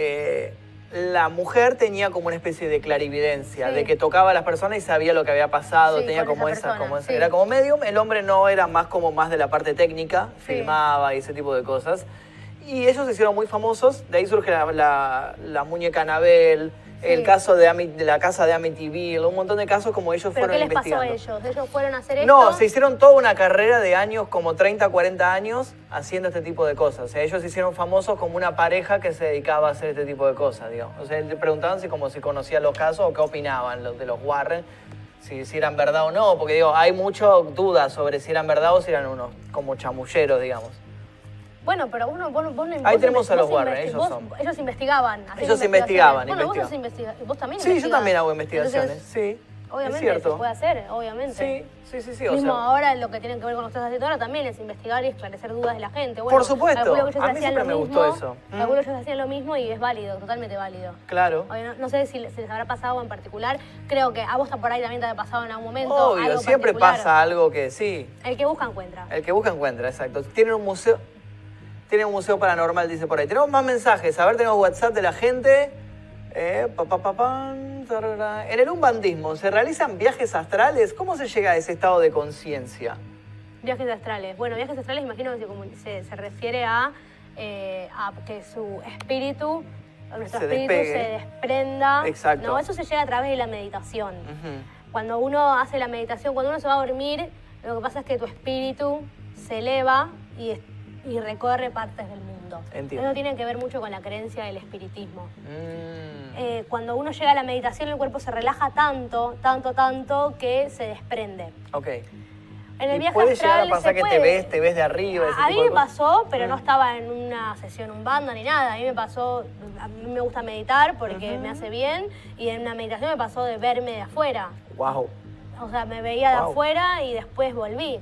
la mujer tenía como una especie de clarividencia, Sí. de que tocaba a las personas y sabía lo que había pasado, Sí, tenía con como esa persona, sí. era como medium. El hombre no, era más como más de la parte técnica, Sí. filmaba y ese tipo de cosas. Y ellos se hicieron muy famosos, de ahí surge la muñeca Anabel, Sí. el caso de la casa de Amityville, un montón de casos como ellos ¿Pero fueron qué les pasó a investigando. ellos? ¿Ellos fueron a hacer esto? No, se hicieron toda una carrera de años, como 30, 40 años, haciendo este tipo de cosas. O sea, ellos se hicieron famosos como una pareja que se dedicaba a hacer este tipo de cosas, digamos. O sea, le preguntaban si conocían los casos o qué opinaban los de los Warren, si eran verdad o no, porque digo, hay muchas dudas sobre si eran verdad o si eran unos como chamulleros, digamos. Bueno, pero vos Ahí tenemos a los Warren, ellos son. Ellos investigaban. hacían Ellos investigaban, Bueno, vos también Sí, yo también hago investigaciones, Entonces, sí. Obviamente es cierto. se puede hacer, obviamente. Sí. Mismo ahora lo que tienen que ver con lo que estás haciendo ahora también es investigar y esclarecer dudas de la gente. Bueno, por supuesto, calculo que ellos a mí hacían siempre lo me mismo, gustó eso. Calculo que ellos hacían lo mismo y es válido, totalmente válido. Claro. No sé si les habrá pasado en particular. Creo que a vos por ahí también te habrá pasado en algún momento. Obvio, algo siempre particular. pasa algo que sí. El que busca encuentra. El que busca encuentra, exacto. Tienen un museo paranormal, dice por ahí. Tenemos más mensajes. A ver, tenemos WhatsApp de la gente. En el umbandismo, ¿se realizan viajes astrales? ¿Cómo se llega a ese estado de conciencia? Viajes astrales. Bueno, viajes astrales imagino que se refiere a que su espíritu, nuestro espíritu se desprenda. Exacto. No, eso se llega a través de la meditación. Cuando uno hace la meditación, cuando uno se va a dormir, lo que pasa es que tu espíritu se eleva y recorre partes del mundo. Entiendo. Eso tiene que ver mucho con la creencia del espiritismo. Cuando uno llega a la meditación, el cuerpo se relaja tanto que se desprende. Ok. En el viaje puede astral llegar a pasar que te ves de arriba. A mí me pasó, pero no estaba en una sesión Umbanda ni nada. A mí me pasó, a mí me gusta meditar porque me hace bien, y en una meditación me pasó de verme de afuera. Wow. O sea, me veía de afuera y después volví.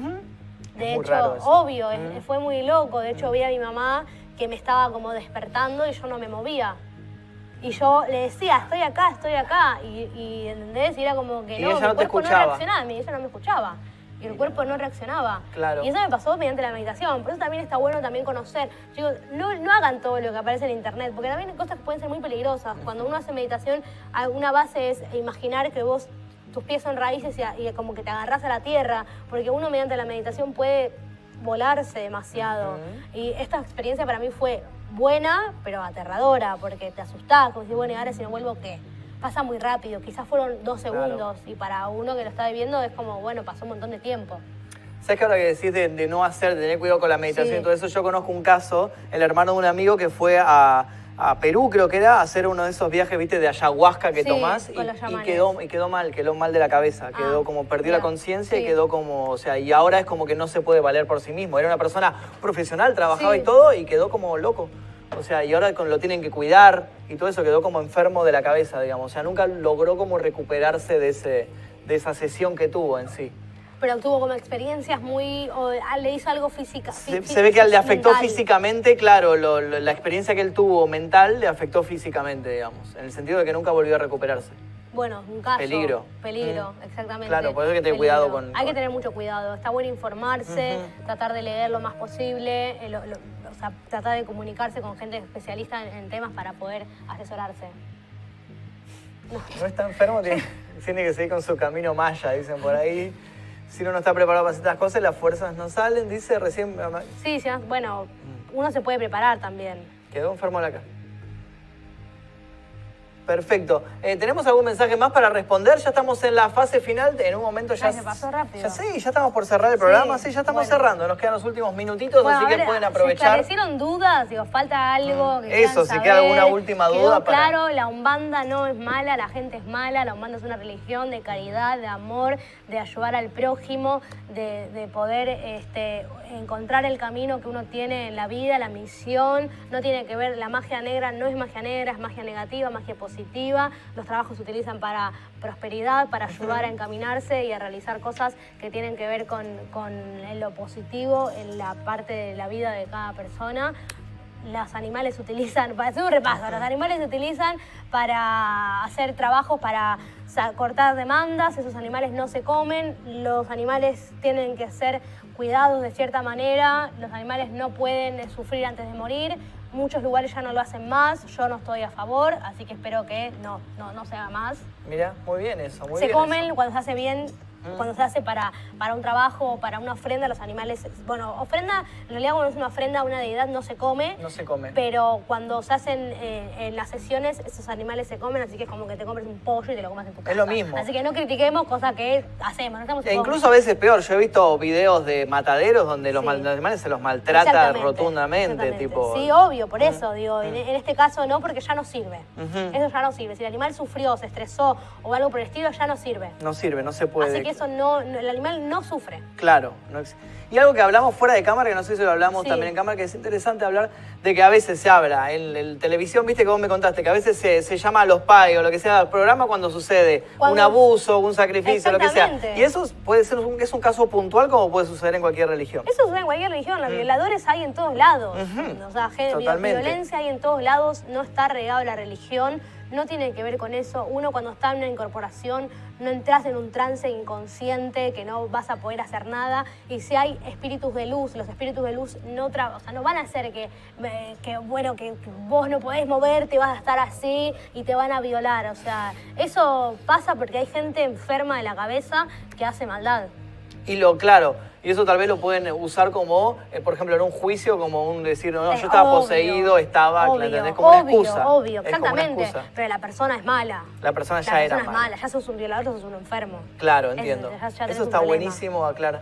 De Es muy hecho, raro eso. obvio, fue muy loco. De hecho, vi a mi mamá que me estaba como despertando y yo no me movía. Y yo le decía, estoy acá. Y ¿entendés? Y era como que Y no, ella mi no te cuerpo no escuchaba. reaccionaba, ella no me escuchaba. Y el cuerpo no reaccionaba. Claro. Y eso me pasó mediante la meditación. Por eso también está bueno también conocer. Yo digo, no hagan todo lo que aparece en internet, porque también hay cosas que pueden ser muy peligrosas. Cuando uno hace meditación, una base es imaginar que tus pies son raíces y como que te agarrás a la tierra, porque uno mediante la meditación puede volarse demasiado. Y esta experiencia para mí fue buena, pero aterradora, porque te asustás, como si, bueno, y ahora si no vuelvo, ¿qué? Pasa muy rápido, quizás fueron 2 segundos, y para uno que lo está viviendo es como, bueno, pasó un montón de tiempo. ¿Sabes que ahora que decís de no hacer, de tener cuidado con la meditación y todo eso? Yo conozco un caso, el hermano de un amigo que fue a Perú, creo que era, a hacer uno de esos viajes, viste, de ayahuasca que tomás y quedó mal de la cabeza, quedó como, perdió la conciencia y quedó como, o sea, y ahora es como que no se puede valer por sí mismo. Era una persona profesional, trabajaba y todo, y quedó como loco. O sea, y ahora lo tienen que cuidar y todo eso, quedó como enfermo de la cabeza, digamos. O sea, nunca logró como recuperarse de esa sesión que tuvo en sí. Pero tuvo como experiencias muy... le hizo algo física. Se ve que le afectó mental. físicamente, claro, la experiencia que él tuvo mental le afectó físicamente, digamos, en el sentido de que nunca volvió a recuperarse. Bueno, un caso. Peligro. Exactamente. Claro, por eso hay que tener cuidado con... Hay que tener mucho cuidado. Está bueno informarse, tratar de leer lo más posible, o sea, tratar de comunicarse con gente especialista en temas para poder asesorarse. No está enfermo, tiene que seguir con su camino maya, dicen por ahí. Si uno no está preparado para ciertas cosas, las fuerzas no salen, dice recién... Sí, bueno, uno se puede preparar también. Quedó enfermo la cara. Perfecto. ¿Tenemos algún mensaje más para responder? Ya estamos en la fase final. En un momento ya... Se pasó rápido. Ya estamos por cerrar el programa. Sí, ya estamos cerrando. Nos quedan los últimos minutitos, así que pueden aprovechar. ¿Se esclarecieron dudas? Digo, falta algo que eso, si queda alguna última duda. Claro, la Umbanda no es mala, la gente es mala. La Umbanda es una religión de caridad, de amor, de ayudar al prójimo, de poder encontrar el camino que uno tiene en la vida, la misión. No tiene que ver, la magia negra no es magia negra, es magia negativa, magia positiva. Los trabajos se utilizan para prosperidad, para ayudar a encaminarse y a realizar cosas que tienen que ver con lo positivo en la parte de la vida de cada persona. Los animales se utilizan, para hacer un repaso, los animales se utilizan para hacer trabajos, para cortar demandas. Esos animales no se comen, los animales tienen que ser cuidados de cierta manera, los animales no pueden sufrir antes de morir. Muchos lugares ya no lo hacen más, yo no estoy a favor, así que espero que no se haga más. Mira, muy bien eso, muy bien. Se comen cuando se hace bien, cuando se hace para un trabajo o para una ofrenda, los animales... Bueno, ofrenda, en realidad cuando es una ofrenda a una deidad no se come. No se come. Pero cuando se hacen en las sesiones, esos animales se comen, así que es como que te compres un pollo y te lo comas en tu casa. Es lo mismo. Así que no critiquemos cosas que hacemos. No estamos incluso a veces peor. Yo he visto videos de mataderos donde los animales se los maltrata rotundamente. Tipo... Sí, obvio, por eso. Digo, en este caso no, porque ya no sirve. Eso ya no sirve. Si el animal sufrió, se estresó o algo por el estilo, ya no sirve. No sirve, no se puede. Así que eso el animal no sufre. Claro. Y algo que hablamos fuera de cámara, que no sé si lo hablamos también en cámara, que es interesante hablar de que a veces se habla en televisión, viste que vos me contaste, que a veces se llama a los PAE o lo que sea, el programa cuando sucede un abuso, un sacrificio, lo que sea. Y eso puede ser es un caso puntual como puede suceder en cualquier religión. Eso sucede en cualquier religión, los violadores hay en todos lados. O sea, violencia hay en todos lados, no está regado la religión. No tiene que ver con eso. Uno cuando está en una incorporación no entras en un trance inconsciente que no vas a poder hacer nada. Y si hay espíritus de luz, los espíritus de luz no van a hacer que vos no podés moverte, vas a estar así y te van a violar. O sea, eso pasa porque hay gente enferma de la cabeza que hace maldad. Y eso tal vez lo pueden usar como, por ejemplo, en un juicio, como un decir, no, yo estaba poseído, ¿entendés? Como una excusa. Obvio, exactamente. Pero la persona es mala. La persona ya era mala. Ya sos un violador, sos un enfermo. Claro, entiendo. Eso está buenísimo aclarar.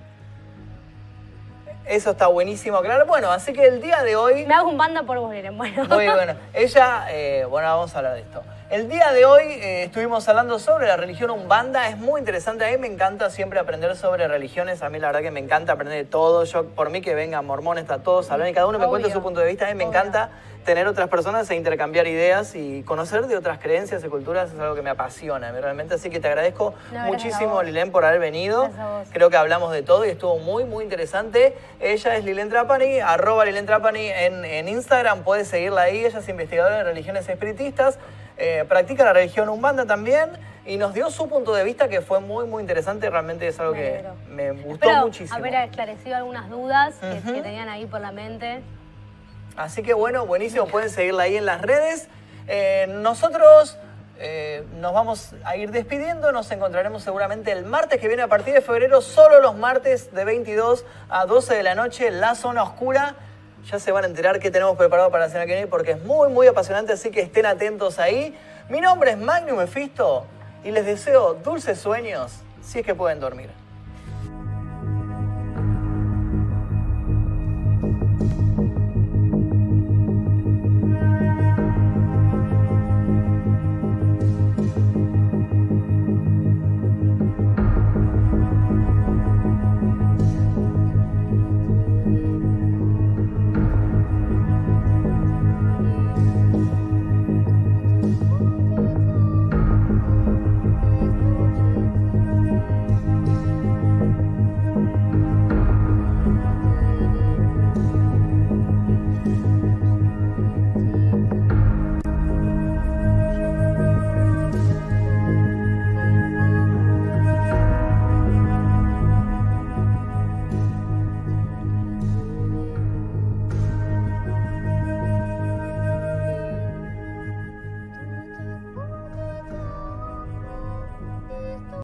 Eso está buenísimo aclarar. Bueno, así que el día de hoy... Me hago un banda por vos, Liren. Bueno. Muy bueno. Ella, vamos a hablar de esto. El día de hoy estuvimos hablando sobre la religión Umbanda. Es muy interesante. A mí me encanta siempre aprender sobre religiones. A mí la verdad que me encanta aprender de todo. Yo, por mí que vengan mormones, está todos hablan y cada uno me cuenta su punto de vista. A mí me encanta tener otras personas e intercambiar ideas y conocer de otras creencias y culturas. Es algo que me apasiona realmente. Así que te agradezco muchísimo, Lilén, por haber venido. Creo que hablamos de todo y estuvo muy, muy interesante. Ella es Lilén Trapani, @Lilén Trapani en Instagram. Puedes seguirla ahí. Ella es investigadora de religiones espiritistas. Practica la religión Umbanda también y nos dio su punto de vista que fue muy, muy interesante. Realmente es algo que me gustó muchísimo. Haber esclarecido algunas dudas que tenían ahí por la mente. Así que bueno, buenísimo. Pueden seguirla ahí en las redes. Nosotros nos vamos a ir despidiendo. Nos encontraremos seguramente el martes que viene a partir de febrero. Solo los martes de 22 a 12 de la noche, La Zona Oscura. Ya se van a enterar qué tenemos preparado para la semana que viene porque es muy, muy apasionante, así que estén atentos ahí. Mi nombre es Magnum Mephisto y les deseo dulces sueños si es que pueden dormir.